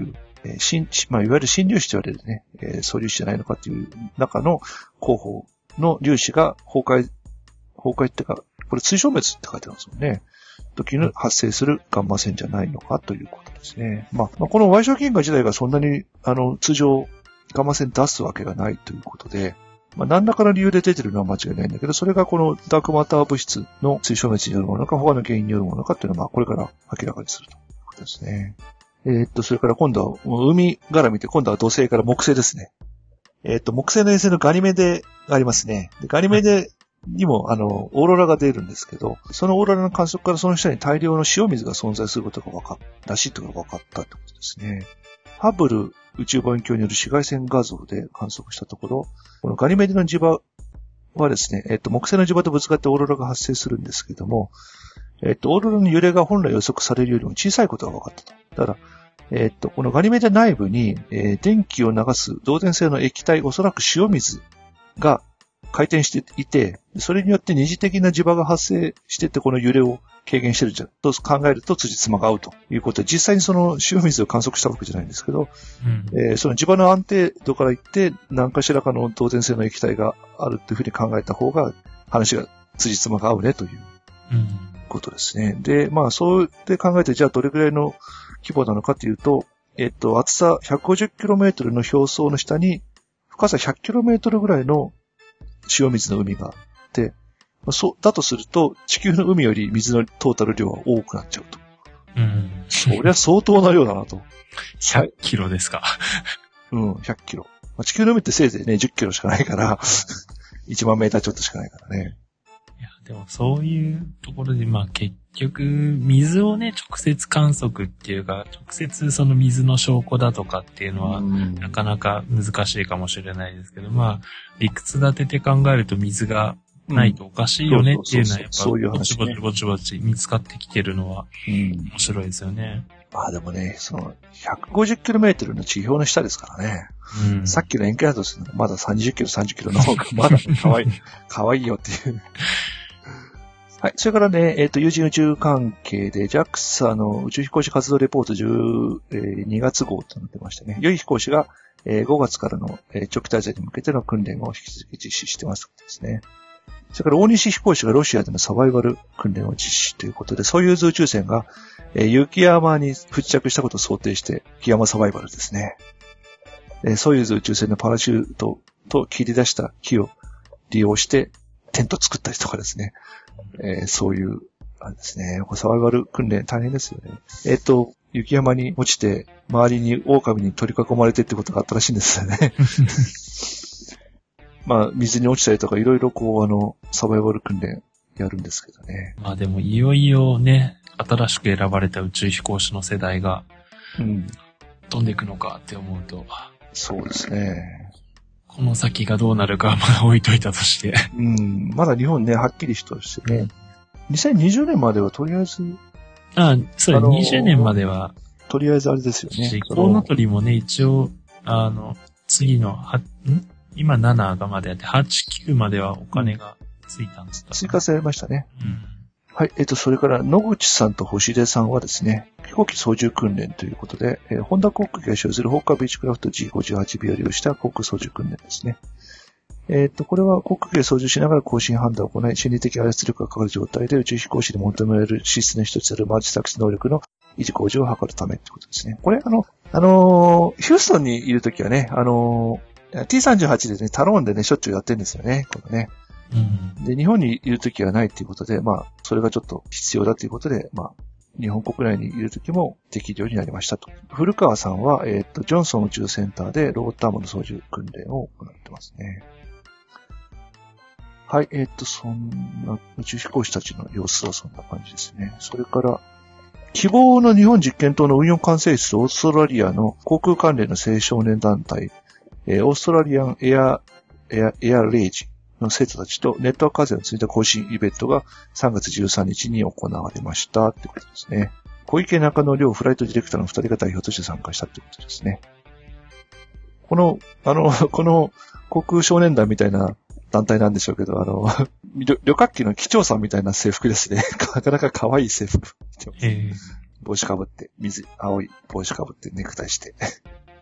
A: えー、新、まあ、いわゆる新粒子と言われるね、えー、素粒子じゃないのかという中の候補の粒子が崩壊、崩壊ってか、これ追消滅って書いてあるんですよね。時に発生するガンマ線じゃないのかということですね。まあ、まあ、この矮小銀河自体がそんなに、あの、通常ガンマ線出すわけがないということで、まあ、何らかの理由で出てるのは間違いないんだけど、それがこのダークマター物質の追消滅によるものか、他の原因によるものかっていうのは、まあ、これから明らかにするということですね。えー、っと、それから今度は、海絡みで、今度は土星から木星ですね。えー、っと、木星の衛星のガニメデがありますね。でガニメデにも、あの、オーロラが出るんですけど、そのオーロラの観測からその下に大量の塩水が存在することが分かった、らしいというのが分かったってことですね。ハブル宇宙望遠鏡による紫外線画像で観測したところ、このガニメデの磁場はですね、えっと、木星の磁場とぶつかってオーロラが発生するんですけども、えっと、オーロラの揺れが本来予測されるよりも小さいことが分かったと。だから、えっと、このガニメデ内部に、えー、電気を流す導電性の液体、おそらく塩水が回転していて、それによって二次的な磁場が発生してて、この揺れを軽減してるじゃんと考えると辻褄が合うということで、実際にその塩水を観測したわけじゃないんですけど、うんえー、その磁場の安定度から言って何かしらかの導電性の液体があるというふうに考えた方が話が辻褄が合うねということですね。うん、で、まあそうやって考えて、じゃあどれくらいの規模なのかというと、えっと、厚さ ひゃくごじゅっキロメートル の表層の下に深さ ひゃくキロメートル ぐらいの塩水の海があって、そう、だとすると、地球の海より水のトータル量は多くなっちゃうと。うん。そりゃ相当な量だなと。
B: ひゃくキロですか。
A: うん、ひゃくキロ。まあ、地球の海ってせいぜいね、じゅっキロしかないから、いちまんメーターちょっとしかないからね。
B: いや、でもそういうところで、まあ結局、水をね、直接観測っていうか、直接その水の証拠だとかっていうのは、なかなか難しいかもしれないですけど、まあ、理屈立てて考えると水がないとおかしいよねっていうのは、やっぱ、ぼちぼちぼちぼち見つかってきてるのは、面白いですよね。
A: まあでもね、その、ひゃくごじゅっキロメートル の地表の下ですからね。うん、さっきの円形だとするのまださんじゅっキロ、さんじゅっキロの方がまだ可愛い、可愛いよっていう。はい。それからね、えっと、有人宇宙関係で ジャクサ の宇宙飛行士活動レポートじゅうにがつ号となってましてね、良い飛行士がごがつからの長期滞在に向けての訓練を引き続き実施してますですね。それから大西飛行士がロシアでのサバイバル訓練を実施ということで、ソユーズ宇宙船が雪山に不時着したことを想定して、雪山サバイバルですね。ソユーズ宇宙船のパラシュートと切り出した木を利用してテント作ったりとかですね。えー、そういう、あれですね。サバイバル訓練大変ですよね。えっと、雪山に落ちて、周りに狼に取り囲まれてってことがあったらしいんですよね。まあ、水に落ちたりとか、いろいろこう、あの、サバイバル訓練やるんですけどね。
B: まあでも、いよいよね、新しく選ばれた宇宙飛行士の世代が、うん。飛んでいくのかって思うと。
A: そうですね。
B: この先がどうなるかはまだ置いといたとして。
A: うん。まだ日本ね、はっきりとしてね。にせんにじゅうねんまではとりあえず。
B: ああ、そう、あのー、にじゅうねんまでは。
A: とりあえずあれですよね。
B: コウノトリもね、一応、あの、次の、は、ん今なながまでやって、はち、きゅうまではお金がついたんですか、
A: ね、追加されましたね。うん。はい。えっと、それから、野口さんと星出さんはですね、飛行機操縦訓練ということで、えー、ホンダ航空機が使用するホーカービーチクラフト ジーごじゅうはちビー を利用した航空操縦訓練ですね。えっと、これは航空機で操縦しながら更新判断を行い、心理的圧力がかかる状態で宇宙飛行士に求められる資質の一つであるマルチタクシー能力の維持向上を図るためってことですね。これ、あの、あのー、ヒューストンにいるときはね、あのー、ティーさんじゅうはち でね、タローンでね、しょっちゅうやってるんですよね、このね。うん、で、日本にいるときはないっていうことで、まあ、それがちょっと必要だということで、まあ、日本国内にいるときもできるようになりましたと。古川さんは、えっと、ジョンソン宇宙センターでロータームの操縦訓練を行ってますね。はい、えっと、そんな宇宙飛行士たちの様子はそんな感じですね。それから、希望の日本実験棟の運用管制室オーストラリアの航空関連の青少年団体、えー、オーストラリアンエア、エア、エアレイジの生徒たちとネットワーク風についた更新イベントがさんがつじゅうさんにちに行われましたってことですね。小池中野両フライトディレクターのふたりが代表として参加したってことですね。この、あの、この航空少年団みたいな団体なんでしょうけど、あの、旅, 旅客機の機長さんみたいな制服ですね。なかなか可愛い制服。帽子かぶって、水、青い帽子かぶってネクタイして。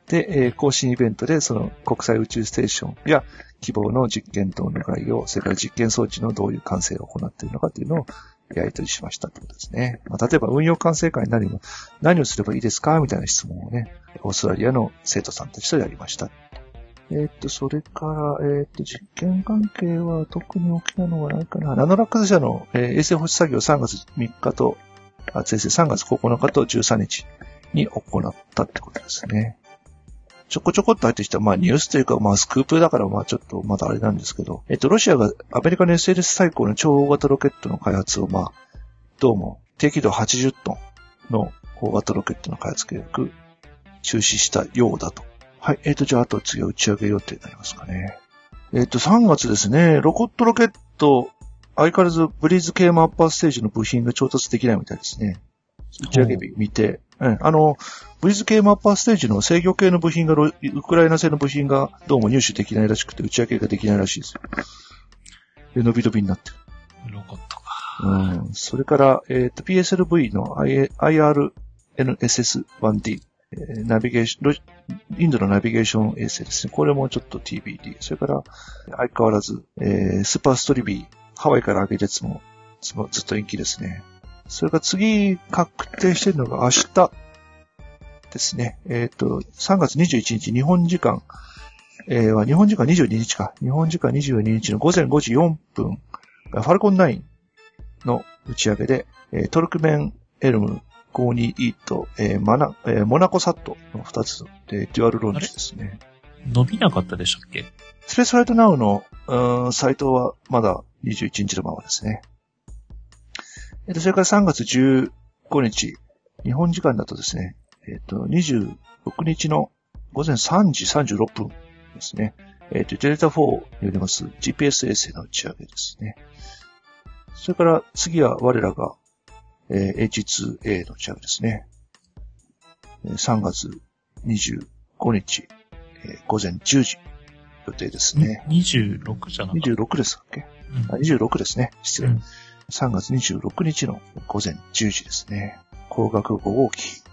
A: で、えー、更新イベントでその国際宇宙ステーションや希望の実験棟の概要、それから実験装置のどういう完成を行っているのかというのをやり取りしましたということですね。まあ、例えば運用管制官に何を、何をすればいいですかみたいな質問をね、オーストラリアの生徒さんたちとやりました。えー、っと、それから、えー、っと、実験関係は特に大きなのはないかな。ナノラックス社の、えー、衛星保持作業さんがつみっかと、あ、先生さんがつここのかとじゅうさんにちに行ったってことですね。ちょこちょこっと入ってきた、まあニュースというか、まあスクープだからまあちょっとまだあれなんですけど、えっと、ロシアがアメリカの エスエルエス 最高の超大型ロケットの開発をまあ、どうも低軌道はちじゅっトンの大型ロケットの開発計画、中止したようだと。はい、えっと、じゃああと次は打ち上げ予定になりますかね。えっと、さんがつですね、ロコットロケット、相変わらずブリーズ系マッパーステージの部品が調達できないみたいですね。打ち上げ日見て、うん、あの、ブリーズ系マッパーステージの制御系の部品が、ウクライナ製の部品がどうも入手できないらしくて、打ち上げができないらしいですよ。で、伸び伸びになってる。
B: ロコットか。
A: うん。それから、えっと、ピーエスエルブイ の アイアールエヌエスエスワンディー、えー、ナビゲーション、インドのナビゲーション衛星ですね。これもちょっと ティービーディー。それから、相変わらず、えー、スーパーストリビー、ハワイから上げたやつも、ずっと延期ですね。それから次、確定してるのが明日ですね。えっと、さんがつにじゅういちにち、日本時間、えー、日本時間にじゅうににちか。日本時間にじゅうににちのごぜんごじよんぷん、ファルコンナインの打ち上げで、えー、トルクメンエルム ごじゅうにイー と、えーマナえー、モナコサットのふたつでデュアルローンチですね。
B: 伸びなかったでしたっけ？
A: スペースフライトナウのうーんサイトはまだにじゅういちにちのままですね。えっと、それからさんがつじゅうごにち、日本時間だとですね、えっと、にじゅうろくにちのごぜんさんじさんじゅうろっぷんですね。えっと、データフォーによります ジーピーエス 衛星の打ち上げですね。それから次は我らが、えー、エイチツーエー の打ち上げですね。さんがつにじゅうごにち、えー、ごぜんじゅうじ予定ですね。
B: にじゅうろくじゃなかった？
A: にじゅうろくですっけ、うん、あ、にじゅうろくですね。失礼。うん、さんがつにじゅうろくにちのごぜんじゅうじですね。光学ごごうき。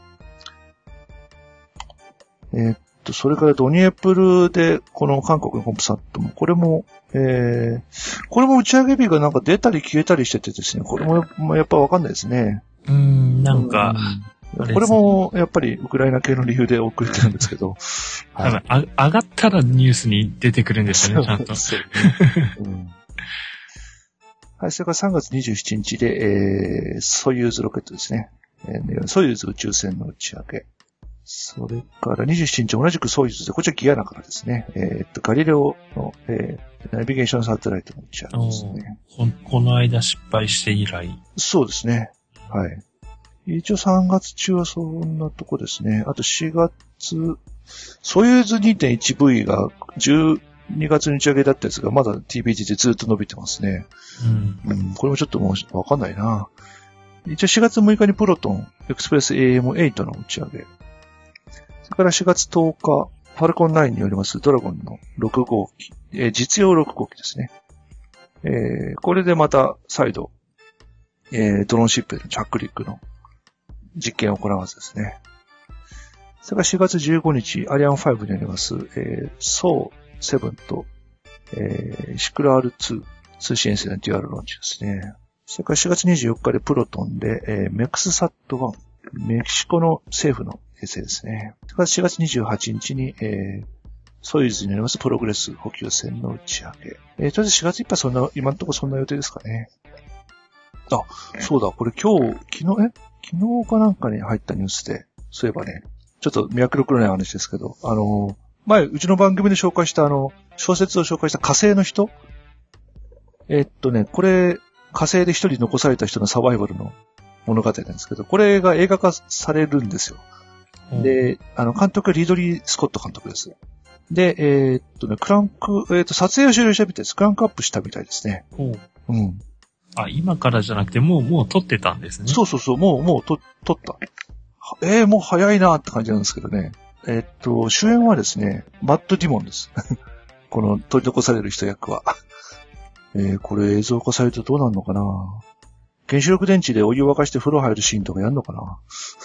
A: えー、っと、それからドニエプルで、この韓国のコンプサットも、これも、えー、これも打ち上げ日がなんか出たり消えたりしててですね、これもやっぱわかんないですね。
B: うーん、なんか、
A: うん、これもやっぱりウクライナ系の理由で遅れてるんですけど。
B: はい、あ上がったらニュースに出てくるんですよね、ちゃんと。そうね。うん、
A: はい、それからさんがつにじゅうしちにちで、えー、ソユーズロケットですね。えー、ソユーズ宇宙船の打ち上げ。それからにじゅうしちにち同じくソユーズで、こちらギアナからですね。えー、っと、ガリレオの、えー、ナビゲーションサテライトの打ち上げですね。
B: こ, この間失敗して以来。
A: そうですね。はい。一応さんがつ中はそんなとこですね。あとしがつ、ソユーズ にてんいちブイ がじゅうにがつに打ち上げだったやつがまだ ティービーディー でずっと伸びてますね。うん。うん、これもちょっともうわかんないな。一応しがつむいかにプロトン、エクスプレス エーエムエイト の打ち上げ。それからしがつとおか、ファルコンナインによりますドラゴンのろくごうき、えー、実用ろくごうきですね。えー、これでまた再度、えー、ドローンシップへの着陸の実験を行うはずですね。それからしがつじゅうごにち、アリアンファイブによります、えー、ソーセブンと、えー、シクラ アールツー 通信衛星のデュアルローンチですね。それからしがつにじゅうよっかでプロトンで、えー、メクスサットワン、メキシコの政府の衛星ですね。それからしがつにじゅうはちにちに、えー、ソユーズになりますプログレス補給船の打ち上げ。えー、とりあえずしがついっぱいそんな、今のところそんな予定ですかね。あ、そうだ、これ今日、昨日、え昨日かなんかに入ったニュースで、そういえばね、ちょっと脈絡のない話ですけど、あの、前、うちの番組で紹介したあの、小説を紹介した火星の人えー、っとね、これ、火星で一人残された人のサバイバルの物語なんですけど、これが映画化されるんですよ。うん、で、あの、監督はリドリー・スコット監督です。で、えー、っとね、クランク、えー、っと、撮影を終了したみたいです。クランクアップしたみたいですね。うん。
B: あ、今からじゃなくて、もう、もう撮ってたんですね。
A: そうそうそう、もう、もう撮、撮った。えー、もう早いなって感じなんですけどね。えー、っと、主演はですね、マット・ディモンです。この取り残される人役は。えー、これ映像化されるとどうなるのかな。 原子力電池でお湯を沸かして風呂入るシーンとかやんのかな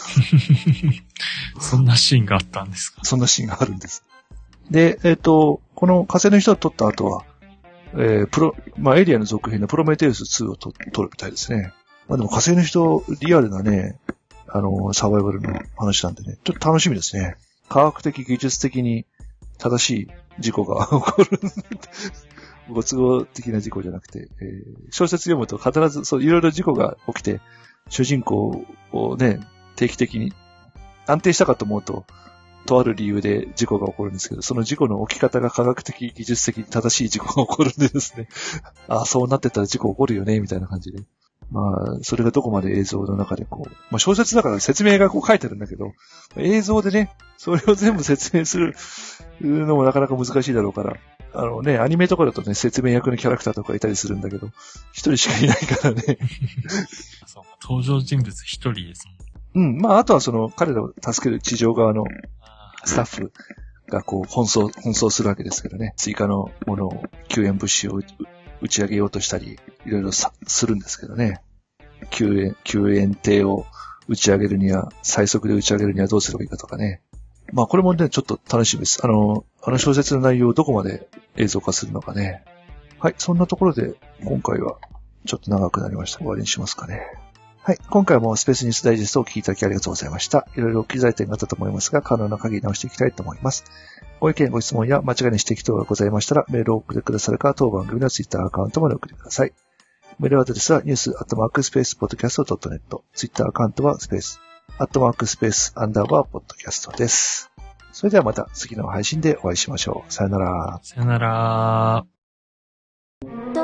B: そんなシーンがあったんですか？
A: そんなシーンがあるんです。で、えっ、ー、と、この火星の人を撮った後は、えー、プロ、まあ、エイリアンの続編のプロメテウスツーを撮るみたいですね。まあでも火星の人、リアルなね、あの、サバイバルの話なんでね、ちょっと楽しみですね。科学的技術的に正しい事故が起こる。ご都合的な事故じゃなくて、えー、小説読むと必ずそういろいろ事故が起きて、主人公をね、定期的に安定したかと思うと、とある理由で事故が起こるんですけど、その事故の起き方が科学的、技術的に正しい事故が起こるんでですね。ああ、そうなってたら事故起こるよね、みたいな感じで。まあ、それがどこまで映像の中でこう、まあ小説だから説明がこう書いてるんだけど、映像でね、それを全部説明するのもなかなか難しいだろうから、あのね、アニメとかだとね、説明役のキャラクターとかいたりするんだけど、一人しかいないからね。
B: そう、登場人物一人です
A: もん。うん、まああとはその、彼らを助ける地上側のスタッフがこう、奔走、奔走するわけですけどね。追加のものを、救援物資を打ち上げようとしたり、いろいろするんですけどね。救援、救援艇を打ち上げるには、最速で打ち上げるにはどうすればいいかとかね。まあこれもね、ちょっと楽しみです。あの、あの小説の内容をどこまで映像化するのかね。はい、そんなところで、今回はちょっと長くなりました。終わりにしますかね。はい、今回もスペースニュースダイジェストをお聞きいただきありがとうございました。いろいろ機材点があったと思いますが、可能な限り直していきたいと思います。ご意見、ご質問や間違いの指摘等がございましたら、メールを送ってくださるか、当番組のツイッターアカウントまで送ってください。メールアドレスはニュースアットマークスペースポッドキャストドットネット。ツイッターアカウントはスペース、アットマークスペースアンダーバーポッドキャストです。それではまた次の配信でお会いしましょう。さよなら。
B: さよなら。